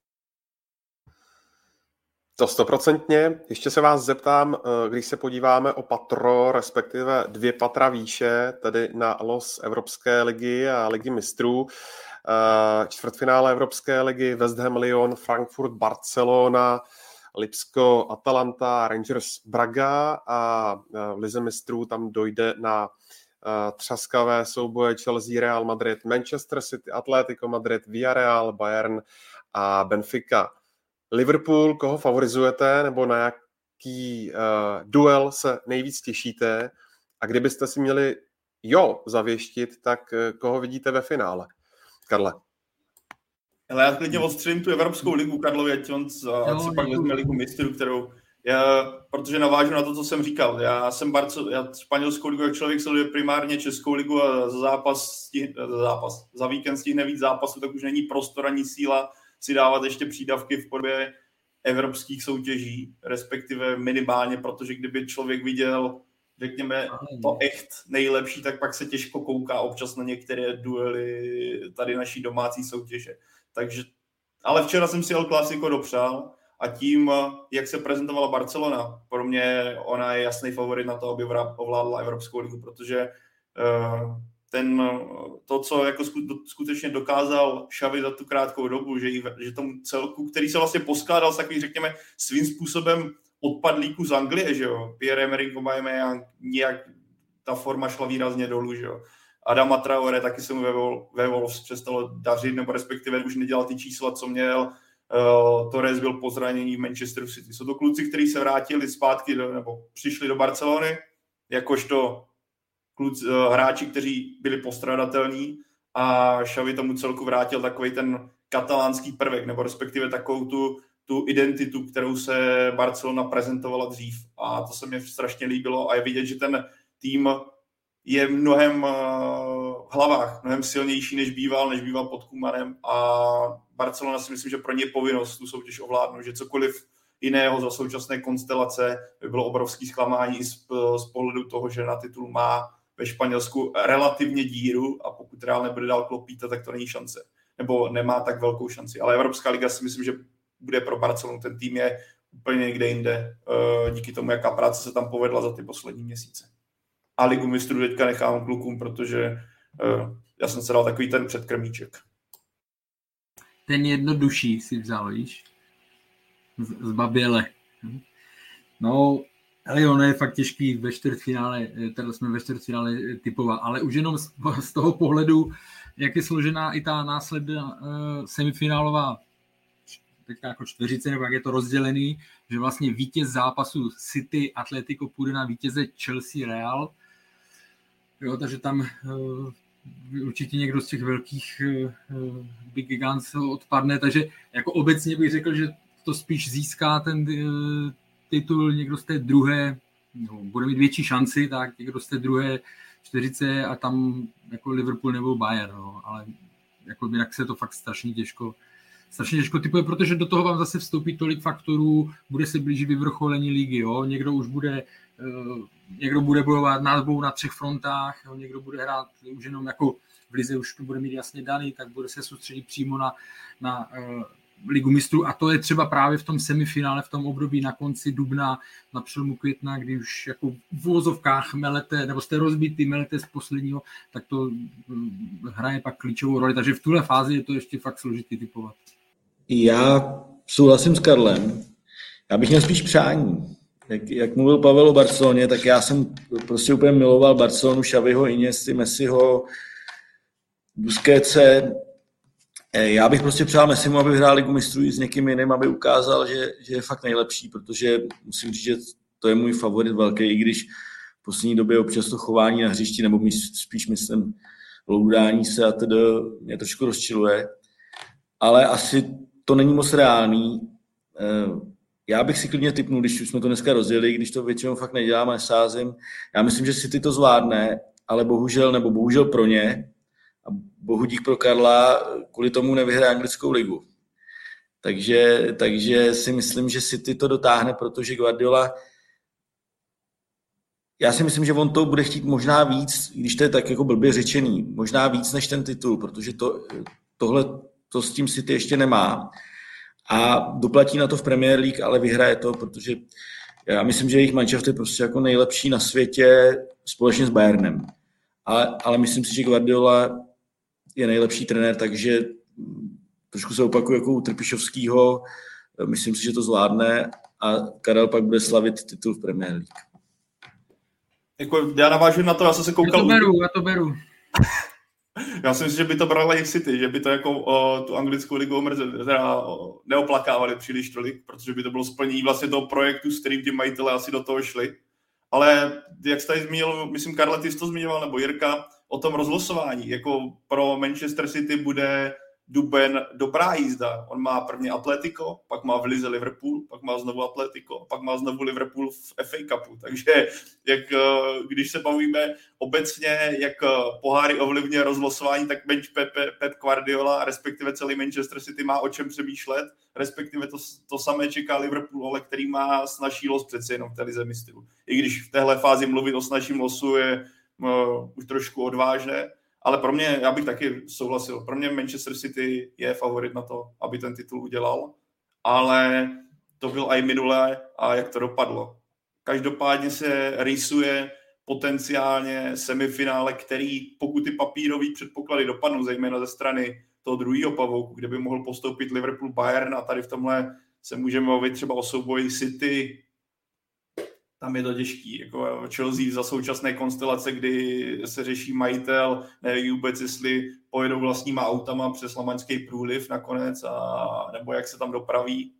To 100%. Ještě se vás zeptám, když se podíváme o patro, respektive 2 patra výše, tedy na los Evropské ligy a ligy mistrů, čtvrtfinále Evropské ligy, West Ham, Lyon, Frankfurt, Barcelona, Lipsko, Atalanta, Rangers, Braga a v lize mistrů tam dojde na třaskavé souboje Chelsea, Real Madrid, Manchester City, Atletico Madrid, Villarreal, Bayern a Benfica. Liverpool, koho favorizujete, nebo na jaký duel se nejvíc těšíte? A kdybyste si měli zavěštit, tak koho vidíte ve finále? Karle. Ale já klidně odstřelím tu Evropskou ligu Karlovi, ať si pak vezme ligu mistrů, protože navážu na to, co jsem říkal. Já španělskou ligu, jak člověk sleduje primárně Českou ligu a za víkend stihne víc zápasů, tak už není prostor ani síla si dávat ještě přídavky v podobě evropských soutěží, respektive minimálně, protože kdyby člověk viděl, řekněme, to echt nejlepší, tak pak se těžko kouká občas na některé duely tady naší domácí soutěže. Takže, ale včera jsem si El Clásico dopřál a tím, jak se prezentovala Barcelona, pro mě ona je jasný favorit na to, aby ovládla Evropskou ligu, protože to, co jako skutečně dokázal Xavi za tu krátkou dobu, že tomu celku, který se vlastně poskládal z takových, řekněme, svým způsobem odpadlíků z Anglie, že jo, Pierre-Emerick Aubameyang, nějak ta forma šla výrazně dolů, že jo. Adama Traoré taky se mu ve Wolves přestalo dařit, nebo respektive už nedělal ty čísla, co měl. Torres byl po zranění v Manchesteru City. Jsou to kluci, kteří se vrátili zpátky, nebo přišli do Barcelony, jakožto hráči, kteří byli postradatelní a Xavi tomu celku vrátil takovej ten katalánský prvek, nebo respektive takovou tu identitu, kterou se Barcelona prezentovala dřív. A to se mi strašně líbilo a je vidět, že ten tým je mnohem v hlavách, mnohem silnější, než býval pod Koemanem a Barcelona si myslím, že pro ně je povinnost tu soutěž ovládnout, že cokoliv jiného za současné konstelace by bylo obrovský zklamání z pohledu toho, že na titul má ve Španělsku relativně díru a pokud Real nebude dál klopítat, tak to není šance. Nebo nemá tak velkou šanci. Ale Evropská liga si myslím, že bude pro Barcelonu. Ten tým je úplně někde jinde díky tomu, jaká práce se tam povedla za ty poslední měsíce. A ligu mistrů teďka nechám klukům, protože já jsem se dal takový ten předkrmíček. Ten jednodušší si vzal, víš? Z Baběle. No, ale ono je fakt těžký ve čtvrtfinále, teda jsme ve čtvrtfinále typovat, ale už jenom z toho pohledu, jak je složená i ta následná semifinálová teďka jako čtveřice, nebo jak je to rozdělený, že vlastně vítěz zápasu City, Atletico půjde na vítěze Chelsea, Real. Jo, takže tam určitě někdo z těch velkých Big Guns odpadne, takže jako obecně bych řekl, že to spíš získá ten titul někdo z té druhé, no, bude mít větší šanci, tak někdo z té druhé čtveřice a tam jako Liverpool nebo Bayern, no, ale jako jinak se to fakt strašně těžko typuje, protože do toho vám zase vstoupí tolik faktorů, bude se blížit vyvrcholení ligy, jo, někdo bude bojovat na 3 frontách, jo, někdo bude hrát už jenom jako v lize už to bude mít jasně daný, tak bude se soustředit přímo na ligu mistrů a to je třeba právě v tom semifinále, v tom období na konci dubna, na přelomu května, kdy už jako v uvozovkách melete, nebo jste rozbitý, melete z posledního, tak to hraje pak klíčovou roli, takže v tuhle fázi je to ještě fakt složitý typovat. Já souhlasím s Karlem. Já bych měl spíš přání. Jak mluvil Pavel o Barceloně, tak já jsem prostě úplně miloval Barcelonu, Xaviho, Iniesty, Messiho, Busquetse. Já bych prostě přál Messimu, aby hrál ligu mistrů s někým jiným, aby ukázal, že je fakt nejlepší, protože musím říct, že to je můj favorit velký, i když v poslední době občas to chování na hřišti, nebo spíš myslím loudání se a tedy mě trošku rozčiluje. Ale asi to není moc reálný. Já bych si klidně tipnul, když už jsme to dneska rozjeli, když to většinou fakt nedělám a nesázím. Já myslím, že City to zvládne, ale bohužel pro ně a bohu dík pro Karla, kvůli tomu nevyhraje anglickou ligu. Takže si myslím, že City to dotáhne, protože Guardiola, já si myslím, že on to bude chtít možná víc, když to je tak jako blbě řečený, možná víc než ten titul, protože tohle to s tím City ještě nemá. A doplatí na to v Premier League, ale vyhraje to, protože já myslím, že jejich manšaft je prostě jako nejlepší na světě společně s Bayernem. Ale myslím si, že Guardiola je nejlepší trenér, takže trošku se opakuje jako u Trpišovského. Myslím si, že to zvládne a Karel pak bude slavit titul v Premier League. Jako, já navážu na to, já jsem se koukal... Já to beru. Já si myslím, že by to brala i City, že by to jako tu anglickou ligu neoplakávali příliš tolik, protože by to bylo splnění vlastně toho projektu, s kterým ty majitele asi do toho šli. Ale jak jsi tady zmínil, myslím, Karle, ty jsi to zmiňoval, nebo Jirka, o tom rozlosování. Jako pro Manchester City bude duben dobrá jízda. On má prvně Atletico, pak má v lize Liverpool, pak má znovu Atletico, pak má znovu Liverpool v FA Cupu. Takže když se bavíme obecně, jak poháry ovlivňuje rozlosování, tak Pep Guardiola, respektive celý Manchester City má o čem přemýšlet, respektive to samé čeká Liverpool, ale který má snazší los přece jenom v té lize mistrů. I když v téhle fázi mluvit o snazším losu je už trošku odvážné, ale pro mě, já bych taky souhlasil, pro mě Manchester City je favorit na to, aby ten titul udělal, ale to byl i minulé a jak to dopadlo. Každopádně se rýsuje potenciálně semifinále, který, pokud ty papírové předpoklady dopadnou, zejména ze strany toho druhého pavouku, kde by mohl postoupit Liverpool Bayern, a tady v tomhle se můžeme mluvit třeba o souboji City. Tam je to těžký, jako Chelsea za současné konstelace, kdy se řeší majitel, neví vůbec, jestli pojedou vlastníma autama přes Lamaňský průliv nakonec, nebo jak se tam dopraví.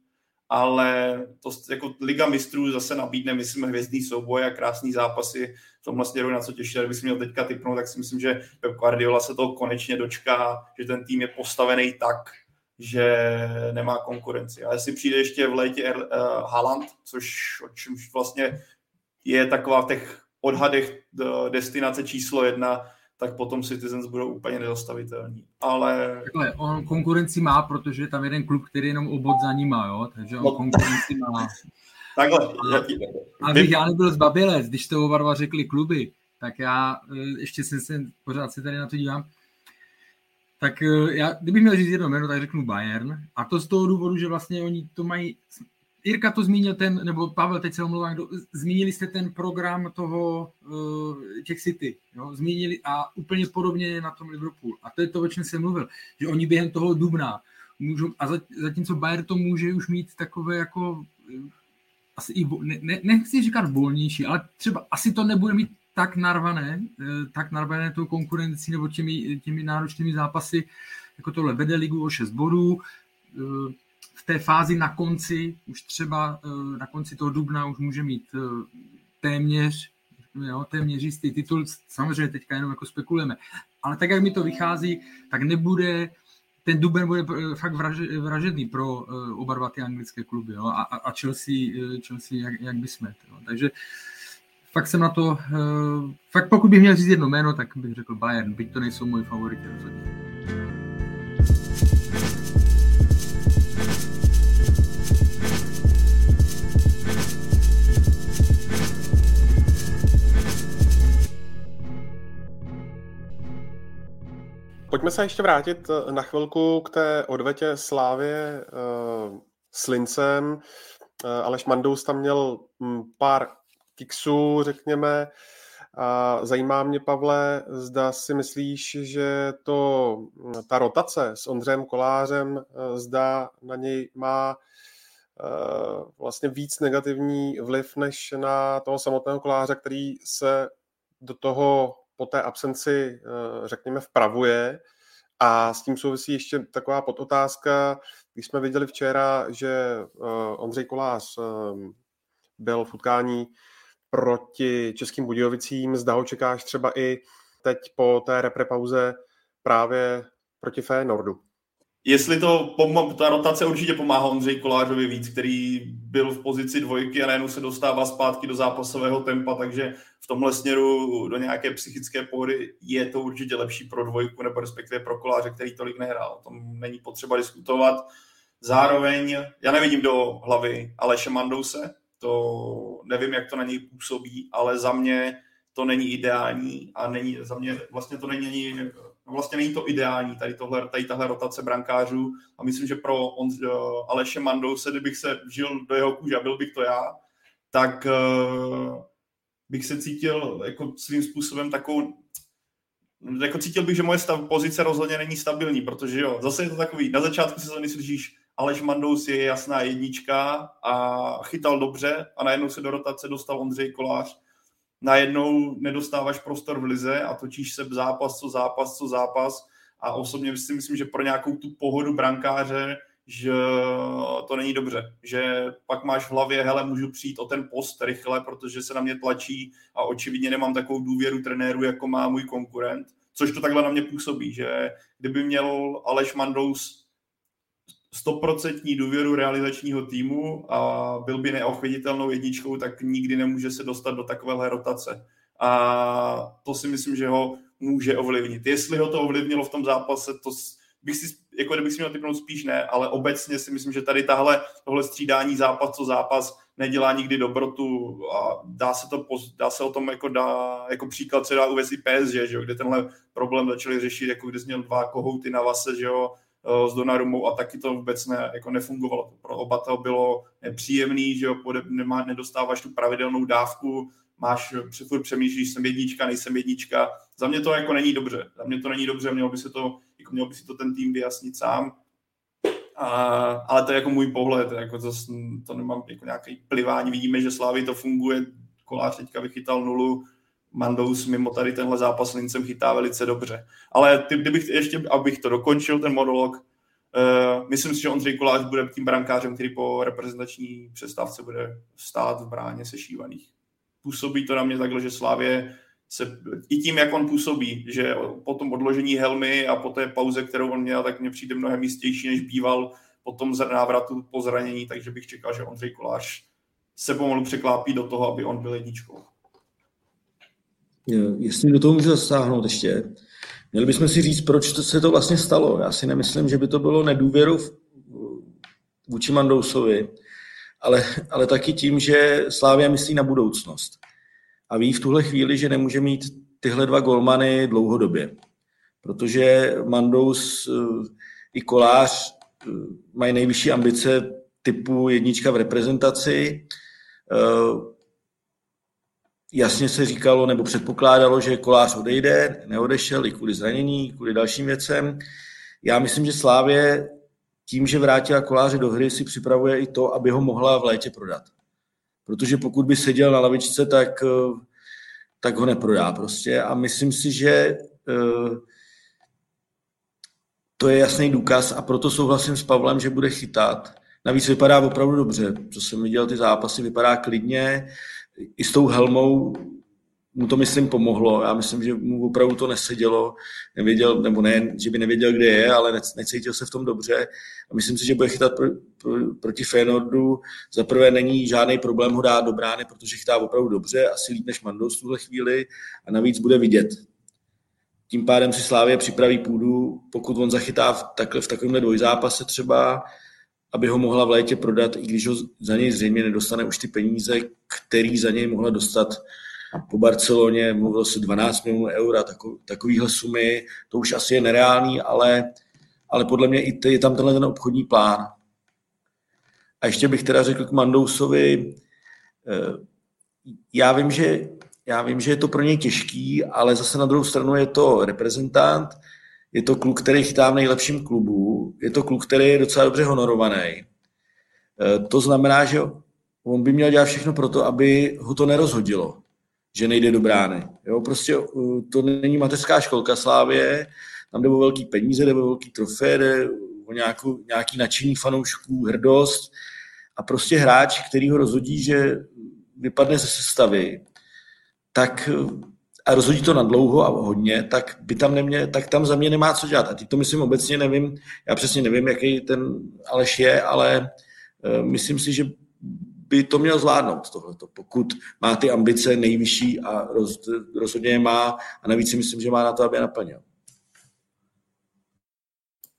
Ale to jako Liga mistrů zase nabídne, myslím, hvězdný souboj a krásný zápasy v tomhle směru, na co těšit. Kdybych si měl teďka tipnout, tak si myslím, že Pep Guardiola se toho konečně dočká, že ten tým je postavený tak, že nemá konkurenci. A jestli přijde ještě v létě Haaland, čímž vlastně je taková v těch odhadech destinace číslo 1, tak potom Citizens budou úplně nezastavitelní. Ale... Takhle, on konkurenci má, protože je tam jeden klub, který jenom o bod za ním má, jo? Takže on konkurenci má. Takhle. Abych já nebyl zbabělec, když to oba dva řekli kluby, tak já ještě pořád se tady na to dívám. Tak já, kdybych měl říct jedno jméno, tak řeknu Bayern. A to z toho důvodu, že vlastně oni to mají... Jirka to zmínil nebo Pavel, teď se omlouvám, zmínili jste ten program toho těch City, jo? Zmínili a úplně podobně na tom Liverpool. A to je to, o čem jsem mluvil, že oni během toho dubna můžou, a zatímco Bayern to může už mít takové jako, asi i, nechci říkat volnější, ale třeba asi to nebude mít tak narvané tou konkurencí nebo těmi náročnými zápasy, jako tohle vede ligu o 6 bodů, v té fázi na konci, už třeba na konci toho dubna už může mít téměř jistý titul, samozřejmě teďka jenom jako spekulujeme, ale tak, jak mi to vychází, tak nebude, ten duben bude fakt vražedný pro oba dva ty anglické kluby, jo? A Chelsea jak by smet. Jo? Takže fakt jsem na to, fakt pokud bych měl říct jedno jméno, tak bych řekl Bayern, byť to nejsou moji favority rozhodně. Pojďme se ještě vrátit na chvilku k té odvetě Slávie s Lincem. Aleš Mandous tam měl pár kiksů, řekněme. Zajímá mě, Pavle, zda si myslíš, že ta rotace s Ondřejem Kolářem, zda na něj má vlastně víc negativní vliv než na toho samotného Koláře, který se do toho po té absenci, řekněme, vpravuje. A s tím souvisí ještě taková podotázka, když jsme viděli včera, že Ondřej Kolář byl v utkání proti Českým Budějovicím, zda ho čekáš třeba i teď po té reprepauze právě proti Feyenoordu. Jestli ta rotace určitě pomáhá Ondřeji Kolářovi víc, který byl v pozici dvojky a najednou se dostává zpátky do zápasového tempa, takže v tomhle směru do nějaké psychické pohody je to určitě lepší pro dvojku, nebo respektive pro Koláře, který tolik nehrál. O tom není potřeba diskutovat. Zároveň já nevidím do hlavy Aleše Mandouse, to nevím, jak to na něj působí, ale za mě to není ideální a za mě vlastně to není to ideální, tady tahle rotace brankářů a myslím, že pro Aleše Mandouse, kdybych se vžil do jeho kůže a byl bych to já, tak bych se cítil jako svým způsobem takovou, jako cítil bych, že moje pozice rozhodně není stabilní, protože jo, zase je to takový, na začátku sezóny slyšíš, Aleš Mandous je jasná jednička a chytal dobře a najednou se do rotace dostal Ondřej Kolář. Najednou nedostáváš prostor v lize a točíš se zápas a osobně si myslím, že pro nějakou tu pohodu brankáře, že to není dobře, že pak máš v hlavě, hele, můžu přijít o ten post rychle, protože se na mě tlačí a očividně nemám takovou důvěru trenéru, jako má můj konkurent, což to takhle na mě působí, že kdyby měl Aleš Mandous 100% důvěru realizačního týmu a byl by neochvěditelnou jedničkou, tak nikdy nemůže se dostat do takovéhle rotace. A to si myslím, že ho může ovlivnit. Jestli ho to ovlivnilo v tom zápase, to bych si měl typnout spíš ne, ale obecně si myslím, že tady tohle střídání zápas co zápas nedělá nikdy dobrotu a dá se o tom jako příklad se dá uvést i PSG, že jo, kde tenhle problém začali řešit, jako když měl 2 kohouty na vase, že jo, s Donnarummou a taky to vůbec nefungovalo. Pro oba to bylo nepříjemný, že jo, nedostáváš tu pravidelnou dávku, furt přemýšlíš, jsem jednička, nejsem jednička. Za mě to jako není dobře. Měl by si to ten tým vyjasnit sám. Ale to je jako můj pohled, jako to nemám jako nějaké plivání. Vidíme, že Slávy to funguje, Kolář teďka vychytal 0, Mandous mimo tady tenhle zápas s Lincem chytá velice dobře. Ale abych to dokončil, ten monolog, myslím si, že Ondřej Kolář bude tím brankářem, který po reprezentační přestávce bude stát v bráně sešívaných. Působí to na mě takhle, že Slávě se i tím, jak on působí, že po tom odložení helmy a po té pauze, kterou on měl, tak mně přijde mnohem jistější, než býval po tom návratu po zranění, takže bych čekal, že Ondřej Kolář se pomalu překlápí do toho, aby on byl jedničkou. Jestli do toho můžu zasáhnout ještě, měli bychom si říct, proč se to vlastně stalo. Já si nemyslím, že by to bylo nedůvěru vůči Mandousovi, ale taky tím, že Slavia myslí na budoucnost. A ví v tuhle chvíli, že nemůže mít tyhle 2 golmany dlouhodobě. Protože Mandous i Kolář mají nejvyšší ambice typu jednička v reprezentaci. Jasně se říkalo nebo předpokládalo, že Kolář odejde, neodešel i kvůli zranění, kvůli dalším věcem. Já myslím, že Slavie tím, že vrátila Koláře do hry, si připravuje i to, aby ho mohla v létě prodat. Protože pokud by seděl na lavičce, tak ho neprodá prostě. A myslím si, že to je jasný důkaz a proto souhlasím s Pavlem, že bude chytat. Navíc vypadá opravdu dobře. Co jsem viděl, ty zápasy, vypadá klidně. I s tou helmou mu to, myslím, pomohlo. Já myslím, že mu opravdu to nesedělo. Nevěděl, nebo ne, že by nevěděl, kde je, ale necítil se v tom dobře. A myslím si, že bude chytat proti Feyenoordu. Za prvé není žádný problém ho dát do brány, protože chytá opravdu dobře, asi líp než Mandous v tuhle chvíli a navíc bude vidět. Tím pádem si Slavia připraví půdu, pokud on zachytá v takovémhle dvojzápase třeba, aby ho mohla v létě prodat, i když ho za něj zřejmě nedostane už ty peníze, který za něj mohla dostat po Barceloně, mluvilo se 12 milionů eur, takovýhle sumy, to už asi je nereálný, ale podle mě i je tam tenhle ten obchodní plán. A ještě bych teda řekl k Mandousovi, já vím, že je to pro něj těžký, ale zase na druhou stranu je to reprezentant, je to kluk, který chytá v nejlepším klubu, je to kluk, který je docela dobře honorovaný. To znamená, že on by měl dělat všechno pro to, aby ho to nerozhodilo, že nejde do brány. Jo, prostě to není mateřská školka Slávie, tam jde o velký peníze, jde o velký trofé, jde o nějaký nadšení fanoušků, hrdost a prostě hráč, který ho rozhodí, že vypadne ze sestavy, tak a rozhodí to na dlouho a hodně, tak tam za mě nemá co dělat. A teď to myslím obecně nevím, já přesně nevím, jaký ten Aleš je, ale myslím si, že by to měl zvládnout tohleto, pokud má ty ambice nejvyšší a rozhodně je má a navíc si myslím, že má na to, aby je naplnil.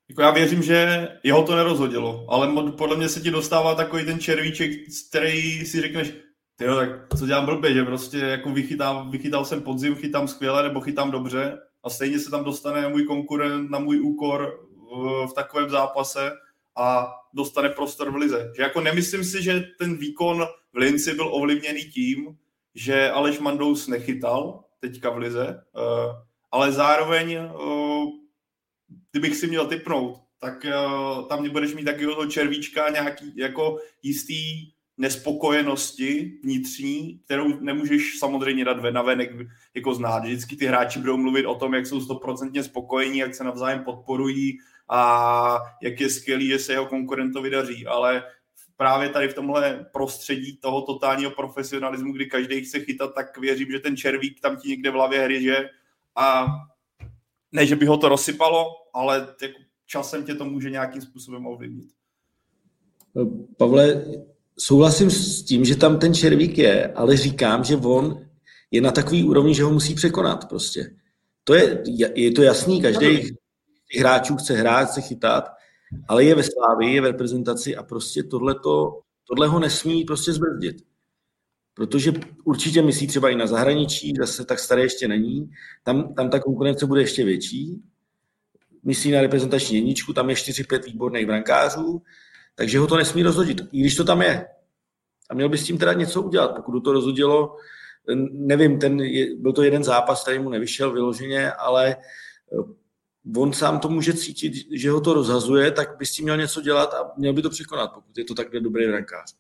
Jako já věřím, že jeho to nerozhodilo, ale podle mě se ti dostává takový ten červíček, který si řekneš, tyjo, tak co dělám blbě, že prostě jako vychytal jsem podzim, chytám skvěle nebo chytám dobře a stejně se tam dostane můj konkurent na můj úkor v takovém zápase a dostane prostor v lize. Že jako nemyslím si, že ten výkon v Linci byl ovlivněný tím, že Aleš Mandous nechytal teďka v lize, ale zároveň, kdybych si měl tipnout, tak tam budeš mít takového červíčka nějaký jako jistý nespokojenosti vnitřní, kterou nemůžeš samozřejmě dát navenek jako znát. Vždycky ty hráči budou mluvit o tom, jak jsou 100% spokojení, jak se navzájem podporují a jak je skvělý, že se jeho konkurentovi daří, ale právě tady v tomhle prostředí toho totálního profesionalismu, kdy každý chce chytat, tak věřím, že ten červík tam ti někde v hlavě hryže a ne, že by ho to rozsypalo, ale jako časem tě to může nějakým způsobem ovlivnit. Pavle, souhlasím s tím, že tam ten červík je, ale říkám, že on je na takový úrovni, že ho musí překonat prostě. Je to jasný, každý hráčů chce hrát, chce chytat, ale je ve Slávii, je v reprezentaci a prostě tohle ho nesmí prostě zbrzdit. Protože určitě myslí třeba i na zahraničí, zase tak staré ještě není, tam ta konkurence bude ještě větší, myslí na reprezentační jedničku, tam je 4-5 výborných brankářů, takže ho to nesmí rozhodit, i když to tam je. A měl by s tím teda něco udělat, pokud to rozhodilo, nevím, byl to jeden zápas, který mu nevyšel vyloženě, ale on sám to může cítit, že ho to rozhazuje, tak by s tím měl něco dělat a měl by to překonat, pokud je to takhle dobrý brankář.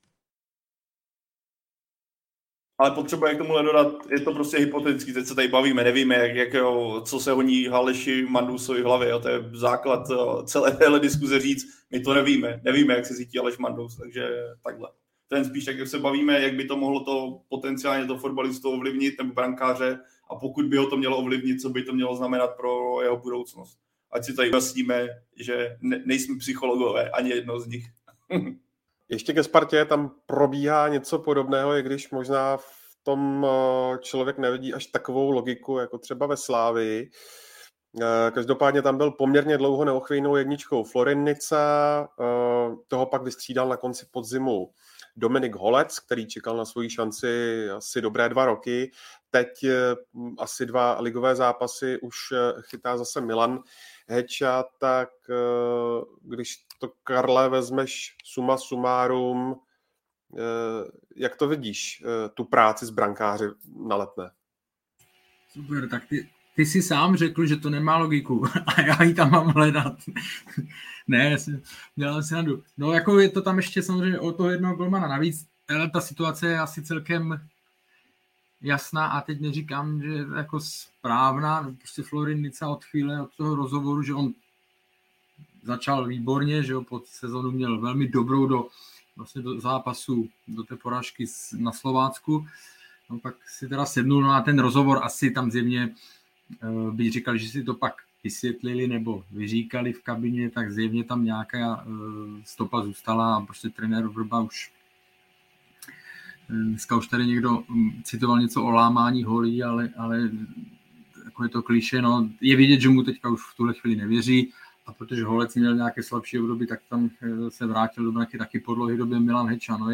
Ale potřebuje k tomuhle dodat, je to prostě hypotetický, teď se tady bavíme, nevíme, co se honí Aleši Mandousovi v hlavě, to je základ celé téhle diskuze říct, my to nevíme, jak se cítí Aleš Mandous, takže takhle. Ten spíš tak, jak se bavíme, jak by to mohlo to potenciálně to fotbalistu ovlivnit nebo brankáře a pokud by ho to mělo ovlivnit, co by to mělo znamenat pro jeho budoucnost. Ať si tady vlastníme, že nejsme psychologové, ani jedno z nich. Ještě ke Spartě, tam probíhá něco podobného, i když možná v tom člověk nevidí až takovou logiku, jako třeba ve Slávii. Každopádně tam byl poměrně dlouho neochvějnou jedničkou Florinnica, toho pak vystřídal na konci podzimu Dominik Holec, který čekal na svoji šanci asi dobré 2 roky. Teď asi 2 ligové zápasy už chytá zase Milan Heča, tak když to, Karle, vezmeš suma sumárum, jak to vidíš, tu práci s brankáři na Letné? Super, tak ty jsi sám řekl, že to nemá logiku a já ji tam mám hledat. Ne, dělám si nadu. No jako je to tam ještě samozřejmě o toho jednoho golmana. Navíc ta situace je asi celkem jasná a teď neříkám, že jako správná, prostě Florinnica od chvíle, od toho rozhovoru, že on začal výborně, že jo, pod sezonu měl velmi dobrou do zápasu, do té porážky na Slovácku. No pak si teda sednul na ten rozhovor, asi tam zjevně by říkali, že si to pak vysvětlili nebo vyříkali v kabině, tak zjevně tam nějaká stopa zůstala a prostě trenér Vrba už dneska už tady někdo citoval něco o lámání holí, ale jako je to klišé, no je vidět, že mu teďka už v tuhle chvíli nevěří a protože Holec měl nějaké slabší období, tak tam se vrátil do nějaké taky podlohy době Milan Heča, no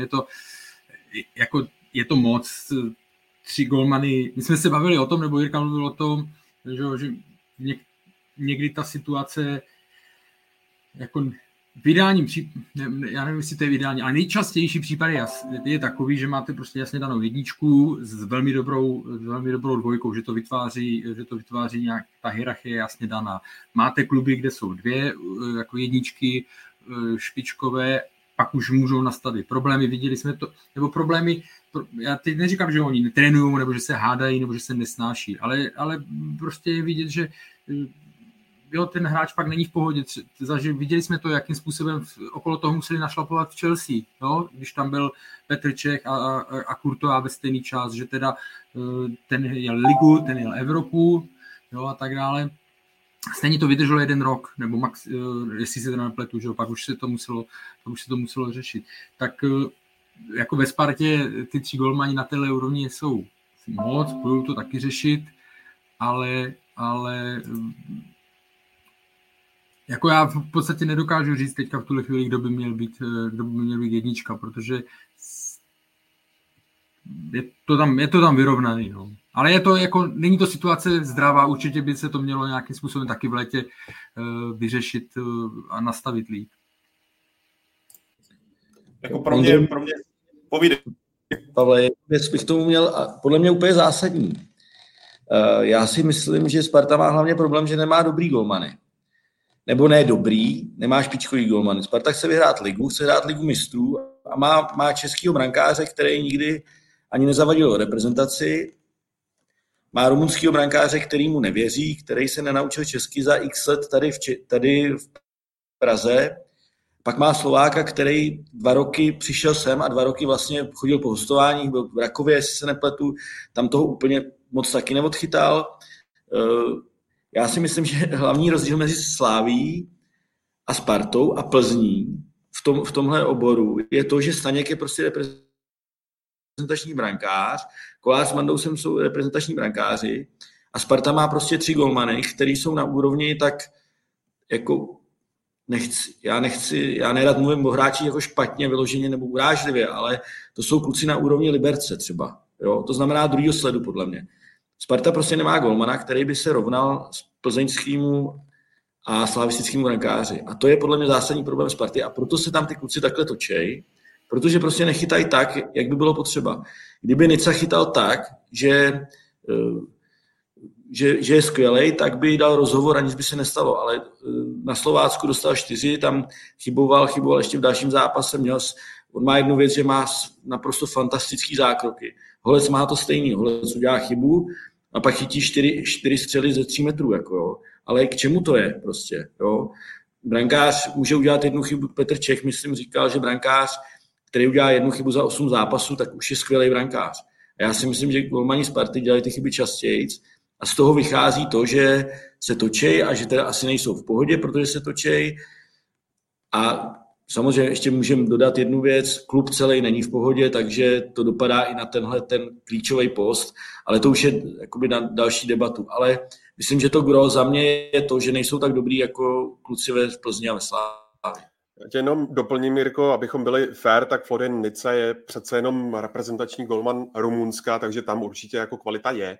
je to moc, 3 golmany, my jsme se bavili o tom, nebo Jirka mluvil o tom, že někdy ta situace jako v ideálním já nevím, jestli to je ideální, ale nejčastější případ je takový, že máte prostě jasně danou jedničku s velmi dobrou dvojkou, že to vytváří nějak, ta hierarchie je jasně daná. Máte kluby, kde jsou 2 jako jedničky špičkové, pak už můžou nastat i problémy, viděli jsme to, nebo problémy, já teď neříkám, že oni netrénují, nebo že se hádají, nebo že se nesnáší, ale prostě je vidět, že jo, ten hráč pak není v pohodě. Viděli jsme to, jakým způsobem okolo toho museli našlapovat v Chelsea, jo? Když tam byl Petr Čech a Courtois ve stejný čas, že teda ten jel ligu, ten jel Evropu, jo, a tak dále. Stejně to vydrželo 1 rok, nebo jestli se to nepletu, že jo, pak už se to muselo řešit. Tak jako ve Spartě ty 3 golmani na téhle úrovni jsou moc, budou to taky řešit, ale Jako já v podstatě nedokážu říct teďka v tuhle chvíli, kdo by měl být jednička, protože je to tam vyrovnaný. No. Ale je to jako, není to situace zdravá, určitě by se to mělo nějakým způsobem taky v létě vyřešit a nastavit líp. Jako pro mě povídej. Pavle, věc bych tomu měl, a podle mě úplně zásadní. Já si myslím, že Sparta má hlavně problém, že nemá dobrý golmany. Nebo ne dobrý, nemá špičkový golmany. Sparta chce vyhrát ligu mistrů a má českýho brankáře, který nikdy ani nezavadil reprezentaci. Má rumunskýho brankáře, který mu nevěří, který se nenaučil česky za x let tady v Praze. Pak má Slováka, který 2 roky přišel sem a 2 roky vlastně chodil po hostování, byl v Rakově, jestli se nepletu, tam toho úplně moc taky neodchytal. Já si myslím, že hlavní rozdíl mezi Slavií a Spartou a Plzní v tomhle oboru je to, že Staněk je prostě reprezentační brankář, Kolář s Mandousem jsou reprezentační brankáři a Sparta má prostě 3 golmany, který jsou na úrovni tak jako já nerad mluvím o hráčích jako špatně, vyloženě nebo urážlivě, ale to jsou kluci na úrovni Liberce třeba. Jo? To znamená druhýho sledu podle mě. Sparta prostě nemá golmana, který by se rovnal s plzeňskému a slavistickému brankáři. A to je podle mě zásadní problém Sparty a proto se tam ty kluci takhle točej, protože prostě nechytají tak, jak by bylo potřeba. Kdyby Nica chytal tak, že je skvělej, tak by dal rozhovor a nic by se nestalo, ale na Slovácku dostal 4, tam chyboval ještě v dalším zápase, on má jednu věc, že má naprosto fantastický zákroky. Holec má to stejný, Holec udělá chybu a pak chytí 4 střely ze 3 metrů, jako jo. Ale k čemu to je prostě, jo? Brankář může udělat jednu chybu, Petr Čech, myslím, říkal, že brankář, který udělá jednu chybu za 8 zápasů, tak už je skvělý brankář. A já si myslím, že golmani Sparty dělají ty chyby častěji a z toho vychází to, že se točej a že teda asi nejsou v pohodě, protože se točej. A samozřejmě ještě můžeme dodat jednu věc, klub celý není v pohodě, takže to dopadá i na ten klíčový post, ale to už je jakoby na další debatu. Ale myslím, že to gro za mě je to, že nejsou tak dobrý jako kluci ve Plzni a ve Slávii. Já tě jenom doplním, Jirko, abychom byli fair, tak Florian Nica je přece jenom reprezentační golman Rumunska, takže tam určitě jako kvalita je.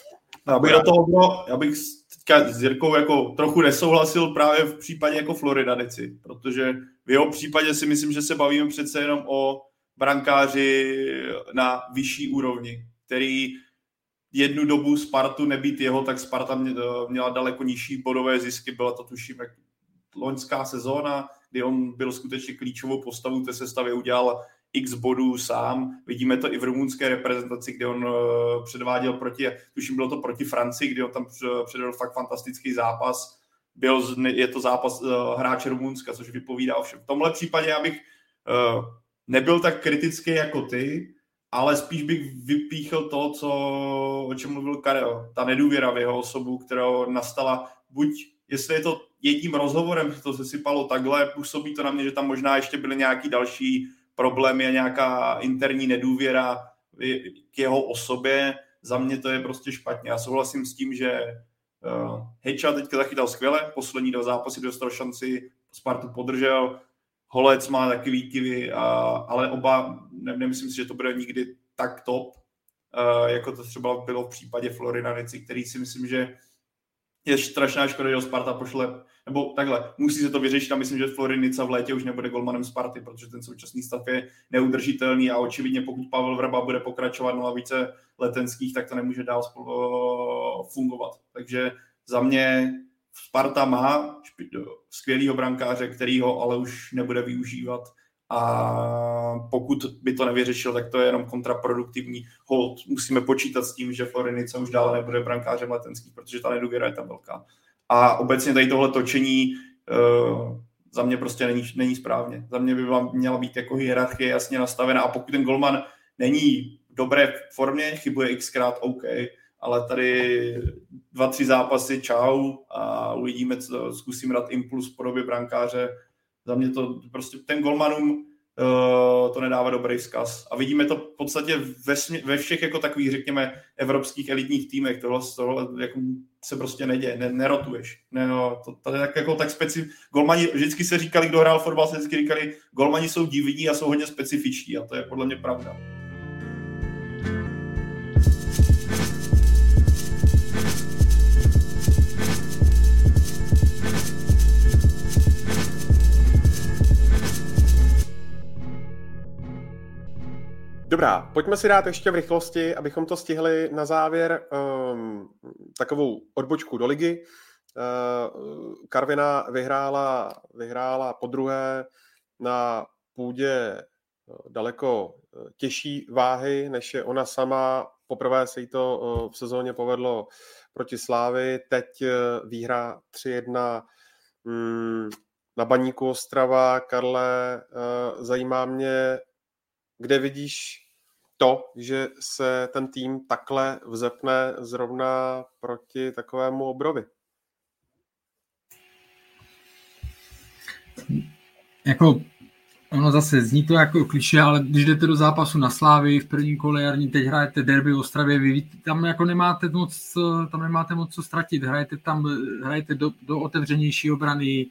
Já bych teďka s Jirkou jako trochu nesouhlasil právě v případě jako Florida Nici, protože v jeho případě si myslím, že se bavíme přece jenom o brankáři na vyšší úrovni, který jednu dobu Spartu nebýt jeho, tak Sparta měla daleko nižší bodové zisky, byla to tuším jak loňská sezóna, kdy on byl skutečně klíčovou postavou té sestavě, udělal x bodů sám. Vidíme to i v rumunské reprezentaci, kde on předváděl tuším bylo to proti Francii, kdy on tam předvedl fakt fantastický zápas. Je to zápas hráče Rumunska, což vypovídá o všem. V tomhle případě já bych nebyl tak kritický jako ty, ale spíš bych vypíchl to, o čem mluvil Karel. Ta nedůvěra v jeho osobu, která nastala buď, jestli je to jedním rozhovorem, že to sesypalo takhle, působí to na mě, že tam možná ještě byly nějaký další problémy a nějaká interní nedůvěra k jeho osobě. Za mě to je prostě špatně. Já souhlasím s tím, že Heča teďka zachytal skvěle, poslední 2 zápasy dostal šanci, Spartu podržel, Holec má taky výkyvy, ale oba, nemyslím si, že to bude nikdy tak top, jako to třeba bylo v případě Florida Nici, který si myslím, že je strašná škoda, že ho Sparta pošle, nebo takhle, musí se to vyřešit a myslím, že Florian Nica v létě už nebude golmanem Sparty, protože ten současný stav je neudržitelný a očividně pokud Pavel Vrba bude pokračovat na lavice Letenských, tak to nemůže dál fungovat. Takže za mě Sparta má skvělýho brankáře, který ho ale už nebude využívat a pokud by to nevyřešil, tak to je jenom kontraproduktivní. Hold, musíme počítat s tím, že Florian Nica už dále nebude brankářem Letenských, protože ta nedůvěra je tam velká. A obecně tady tohle točení za mě prostě není správně. Za mě by měla být jako hierarchie jasně nastavená a pokud ten golman není v dobré formě, chybuje xkrát, OK, ale tady 2-3 zápasy, čau a uvidíme, co zkusím dát impuls v podobě brankáře. Za mě to prostě ten golmanům to nedává dobrý vzkaz. A vidíme to v podstatě ve všech jako takových, řekněme, evropských elitních týmech. Tohle jako se prostě neděje, nerotuješ. To je tak golmani, vždycky se říkali, kdo hrál fotbal, se vždycky říkali, golmani jsou divní a jsou hodně specifičtí a to je podle mě pravda. Dobrá, pojďme si dát ještě v rychlosti, abychom to stihli na závěr takovou odbočku do ligy. Karviná vyhrála podruhé na půdě daleko těžší váhy, než je ona sama. Poprvé se jí to v sezóně povedlo proti Slávii, teď výhra 3-1 na Baníku Ostrava. Karle, zajímá mě, kde vidíš to, že se ten tým takhle vzepne zrovna proti takovému obrovi? Jako, ono zase zní to jako klišé, ale když jdete do zápasu na Slávii v prvním kole jarní, teď hrajete derby v Ostravě, vy tam jako nemáte moc co ztratit, hrajete do otevřenější obrany,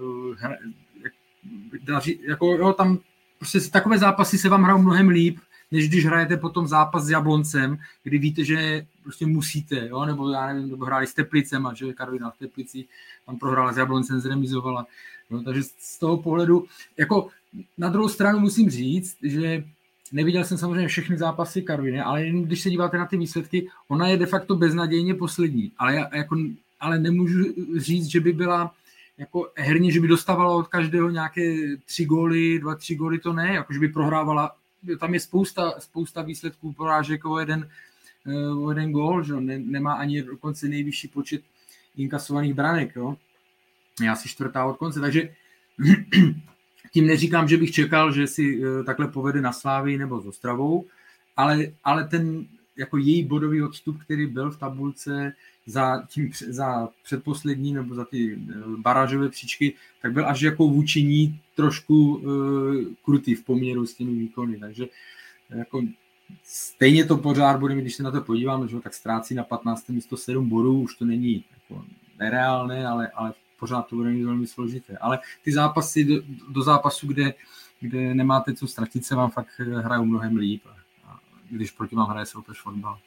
tam prostě takové zápasy se vám hrajou mnohem líp, než když hrajete potom zápas s Jabloncem, kdy víte, že prostě musíte, jo? Nebo já nevím, kdo hráli s Teplicem, a že Karviná v Teplici tam prohrála s Jabloncem, zremizovala. No, takže z toho pohledu, jako na druhou stranu musím říct, že neviděl jsem samozřejmě všechny zápasy Karviny, ale jen když se díváte na ty výsledky, ona je de facto beznadějně poslední, ale nemůžu říct, že by byla jako herně, že by dostávala od každého nějaké 3 góly, to ne, jako že by prohrávala, tam je spousta výsledků porážek o jeden gól, že nemá ani dokonce nejvyšší počet inkasovaných branek, jo. Je asi 4. od konce, takže tím neříkám, že bych čekal, že si takhle povede na Slávii nebo s Ostravou, ale ten jako její bodový odstup, který byl v tabulce za předposlední nebo za ty barážové příčky, tak byl až jako vůči ní trošku krutý v poměru s těmi výkony, takže jako stejně to pořád bude, když se na to podíváme, že tak ztrácí na 15. místo 7 bodů, už to není jako nereálné, ale pořád to bude velmi složité. Ale ty zápasy do zápasu, kde nemáte co ztratit, se vám fakt hrajou mnohem líp, když proti vám hraje soupeř fotbal.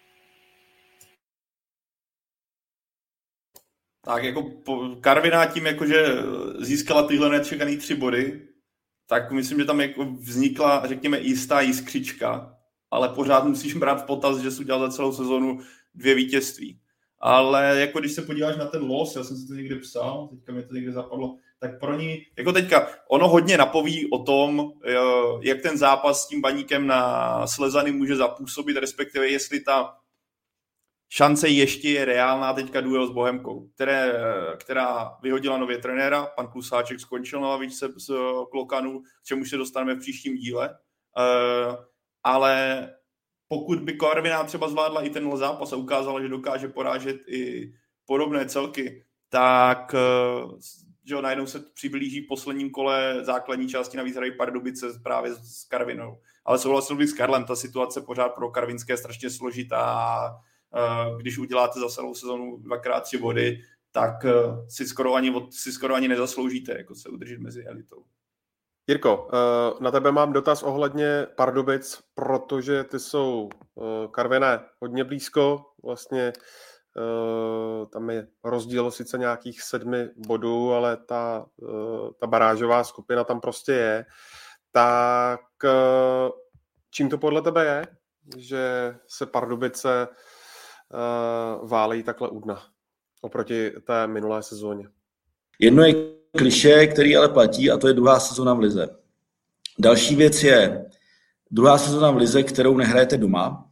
Tak jako Karviná tím, jakože získala tyhle nečekaný 3 body, tak myslím, že tam jako vznikla, řekněme, jistá jiskřička, ale pořád musíš brát v potaz, že jsi udělal za celou sezonu 2 vítězství. Ale jako když se podíváš na ten los, já jsem si to někde psal, teďka mi to někde zapadlo, tak pro ní, jako teďka, ono hodně napoví o tom, jak ten zápas s tím Baníkem na Slezany může zapůsobit, respektive jestli ta šance ještě je reálná teďka duel s Bohemkou, která vyhodila nově trenéra, pan Klusáček skončil na lavičce z Klokanu, k čemu se dostaneme v příštím díle, ale pokud by Karviná třeba zvládla i tenhle zápas a ukázala, že dokáže porážet i podobné celky, tak že najednou se přiblíží v posledním kole základní části, navíc hrají Pardubice právě s Karvinou. Ale souhlasil bych s Karlem, ta situace pořád pro karvinské je strašně složitá. Když uděláte za celou sezonu 2x3 body, tak si skoro ani nezasloužíte jako se udržet mezi elitou. Jirko, na tebe mám dotaz ohledně Pardubic, protože ty jsou Karviné hodně blízko, vlastně tam je rozdíl sice nějakých 7 bodů, ale ta barážová skupina tam prostě je. Tak čím to podle tebe je, že se Pardubice válejí takhle u dna oproti té minulé sezóně? Jedno je klišé, který ale platí, a to je druhá sezóna v lize. Další věc je druhá sezóna v lize, kterou nehrajete doma.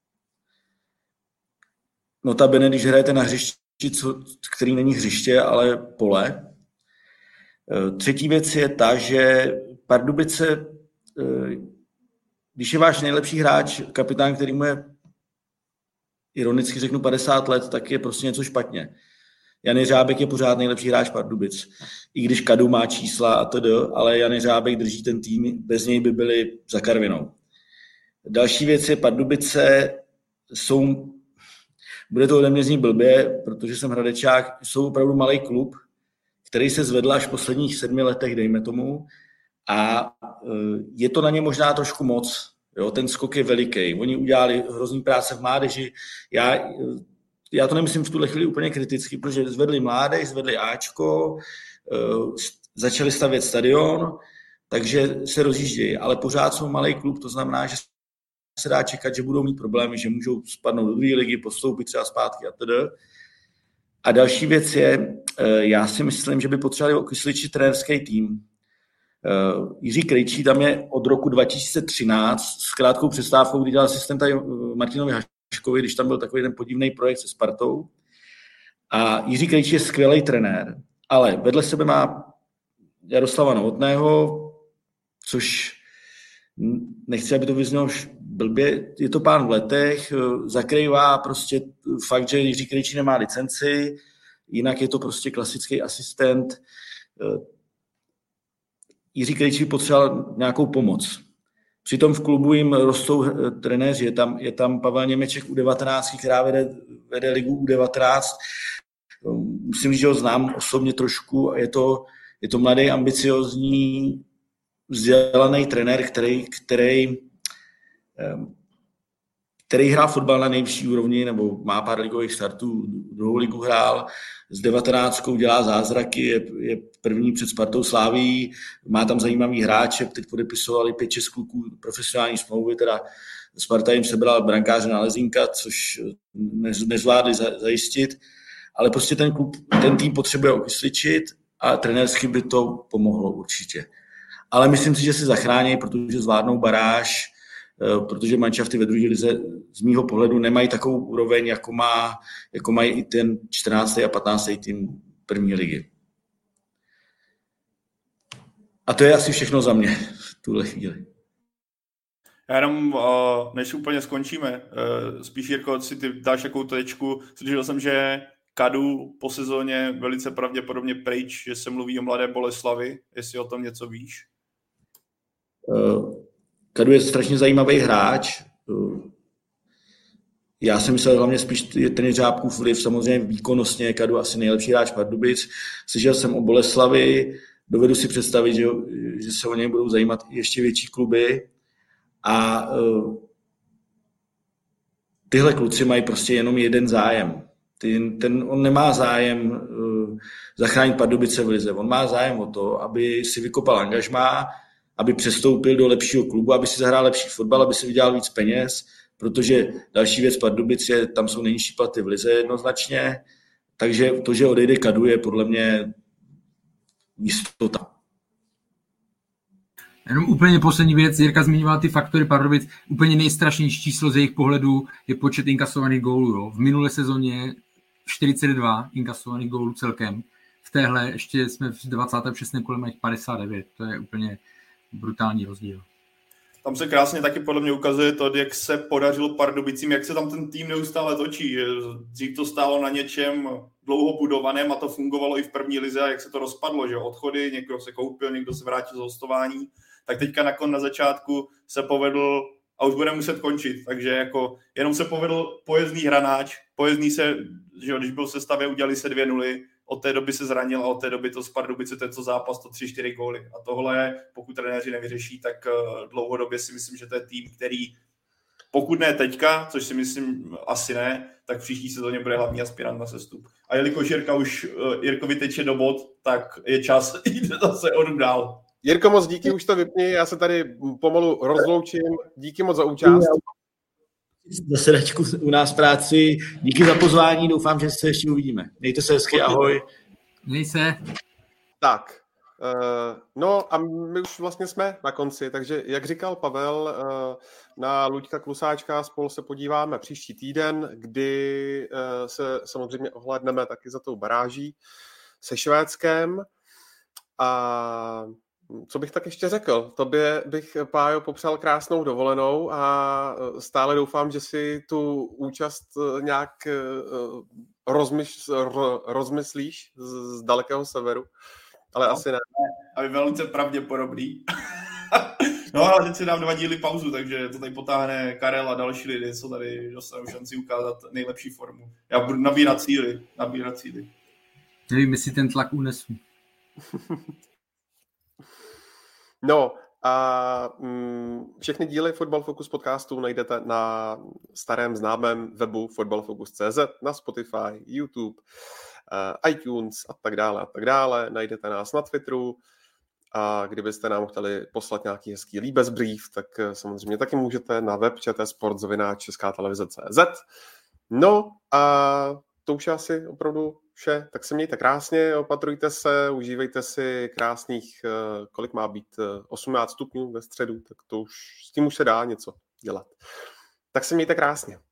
Notabene, když hrajete na hřišti, který není hřiště, ale pole. Třetí věc je ta, že Pardubice, když je váš nejlepší hráč, kapitán, který mu je, ironicky řeknu, 50 let, tak je prostě něco špatně. Jan Jeřábek je pořád nejlepší hráč Pardubic. I když Kadu má čísla a td., ale Jan Jeřábek drží ten tým, bez něj by byli za Karvinou. Další věc je, Pardubice jsou, bude to ode mě znít blbě, protože jsem Hradečák, jsou opravdu malý klub, který se zvedl až v posledních 7 letech, dejme tomu, a je to na ně možná trošku moc. Jo, ten skok je veliký. Oni udělali hrozný práce v mládeži. Já to nemyslím v tuhle chvíli úplně kriticky, protože zvedli mládež, zvedli Ačko, začali stavět stadion, takže se rozjíždějí, ale pořád jsou malý klub, to znamená, že se dá čekat, že budou mít problémy, že můžou spadnout do 2. ligy, postoupit třeba zpátky a td. A další věc je, já si myslím, že by potřebovali okysličit trenérský tým. Jiří Krejčí tam je od roku 2013 s krátkou přestávkou, kdy dělal asistenta Martinovi Haškovi, když tam byl takový ten podivný projekt se Spartou. A Jiří Krejčí je skvělý trenér, ale vedle sebe má Jaroslava Novotného, což nechci, aby to vyznělo blbě, je to pán v letech, zakrývá prostě fakt, že Jiří Krejčí nemá licenci, jinak je to prostě klasický asistent. Jiří Krejčí potřeboval nějakou pomoc. Přitom v klubu jim rostou trenéři. Je tam Pavel Němeček U19, která vede ligu U19. Musím říct, že ho znám osobně trošku. Je to mladý, ambiciozní, vzdělaný trenér, který hrál fotbal na nejvyšší úrovni, nebo má pár ligových startů, 2. ligu hrál, s 19 dělá zázraky, je první před Spartou Slavií, má tam zajímavý hráče, teď podepisovali 5-6 kluků profesionální smlouvy, teda Sparta jim sebral brankáře na Lezínka, což nezvládli zajistit, ale prostě ten tým potřebuje okysličit a trenérsky by to pomohlo určitě. Ale myslím si, že si zachrání, protože zvládnou baráž, protože manšafty ve druhé lize z mýho pohledu nemají takovou úroveň, jako mají i ten 14. a 15. tým první ligy. A to je asi všechno za mě v tuhle chvíli. Já jenom, než úplně skončíme, spíš Jirko, si ty dáš jakou tečku. Slyšel jsem, že Kadu po sezóně velice pravděpodobně pryč, že se mluví o Mladé Boleslavi, jestli o tom něco víš. Kadu je strašně zajímavý hráč. Já jsem myslel hlavně spíš ten Jeřábkův vliv, samozřejmě výkonnostně Kadu asi nejlepší hráč Pardubic. Slyšel jsem o Boleslavi, dovedu si představit, že se o něj budou zajímat ještě větší kluby. A tyhle kluci mají prostě jenom jeden zájem. On nemá zájem zachránit Pardubice v lize. On má zájem o to, aby si vykopal angažmá, aby přestoupil do lepšího klubu, aby si zahrál lepší fotbal, aby si vydělal víc peněz, protože další věc Pardubic je, tam jsou nejnižší platy v lize jednoznačně, takže to, že odejde Kadu, je podle mě jistota. Jenom úplně poslední věc, Jirka zmiňoval ty faktory Pardubic, úplně nejstrašnější číslo z jejich pohledu je počet inkasovaných gólů. Jo. V minulé sezóně 42 inkasovaných gólů celkem, v téhle ještě jsme v 26. kole mají 59, to je úplně brutální rozdíl. Tam se krásně taky podle mě ukazuje to, jak se podařilo Pardubicím, jak se tam ten tým neustále točí. Dřív to stálo na něčem dlouho budovaném a to fungovalo i v první lize a jak se to rozpadlo, že odchody, někdo se koupil, někdo se vrátil z hostování, tak teďka na začátku se povedl a už bude muset končit, takže jako jenom se povedl pojezdný hranáč, že když byl v sestavě, udělali se 2-0, od té doby se zranil a od té doby to z Pardubice tento zápas, to 3-4 góly. A tohle, pokud trenéři nevyřeší, tak dlouhodobě si myslím, že to je tým, který pokud ne teďka, což si myslím asi ne, tak v příští sezóně bude hlavní aspirant na sestup. A jelikož Jirkovi teče do bod, tak je čas jít zase odud dál. Jirko, moc díky, už to vypni, já se tady pomalu rozloučím. Díky moc za účast. Zasedačku u nás v práci. Díky za pozvání, doufám, že se ještě uvidíme. Mějte se hezky, ahoj. Měj se. Tak, no a my už vlastně jsme na konci, takže jak říkal Pavel, na Luďka Klusáčka spolu se podíváme příští týden, kdy se samozřejmě ohlédneme taky za tou baráží se Švédskem a co bych tak ještě řekl? Tobě bych, Pájo, popřál krásnou dovolenou a stále doufám, že si tu účast nějak rozmyslíš z dalekého severu, ale asi ne. A je velice pravděpodobný. No ale teď si dám 2 díly pauzu, takže to tady potáhne Karel a další lidi, co tady dostanou šanci ukázat nejlepší formu. Já budu nabírat síly. Nevím, jestli ten tlak unesu. No a všechny díly Fotbal Focus podcastu najdete na starém známém webu fotbalfocus.cz, na Spotify, YouTube, iTunes a tak dále. Najdete nás na Twitteru a kdybyste nám chtěli poslat nějaký hezký líbezbrief, tak samozřejmě taky můžete na web ČT-sport@českatelevize.cz. No a to už je asi opravdu vše, tak se mějte krásně, opatrujte se, užívejte si krásných, kolik má být, 18 stupňů ve středu, tak to už, s tím už se dá něco dělat. Tak se mějte krásně.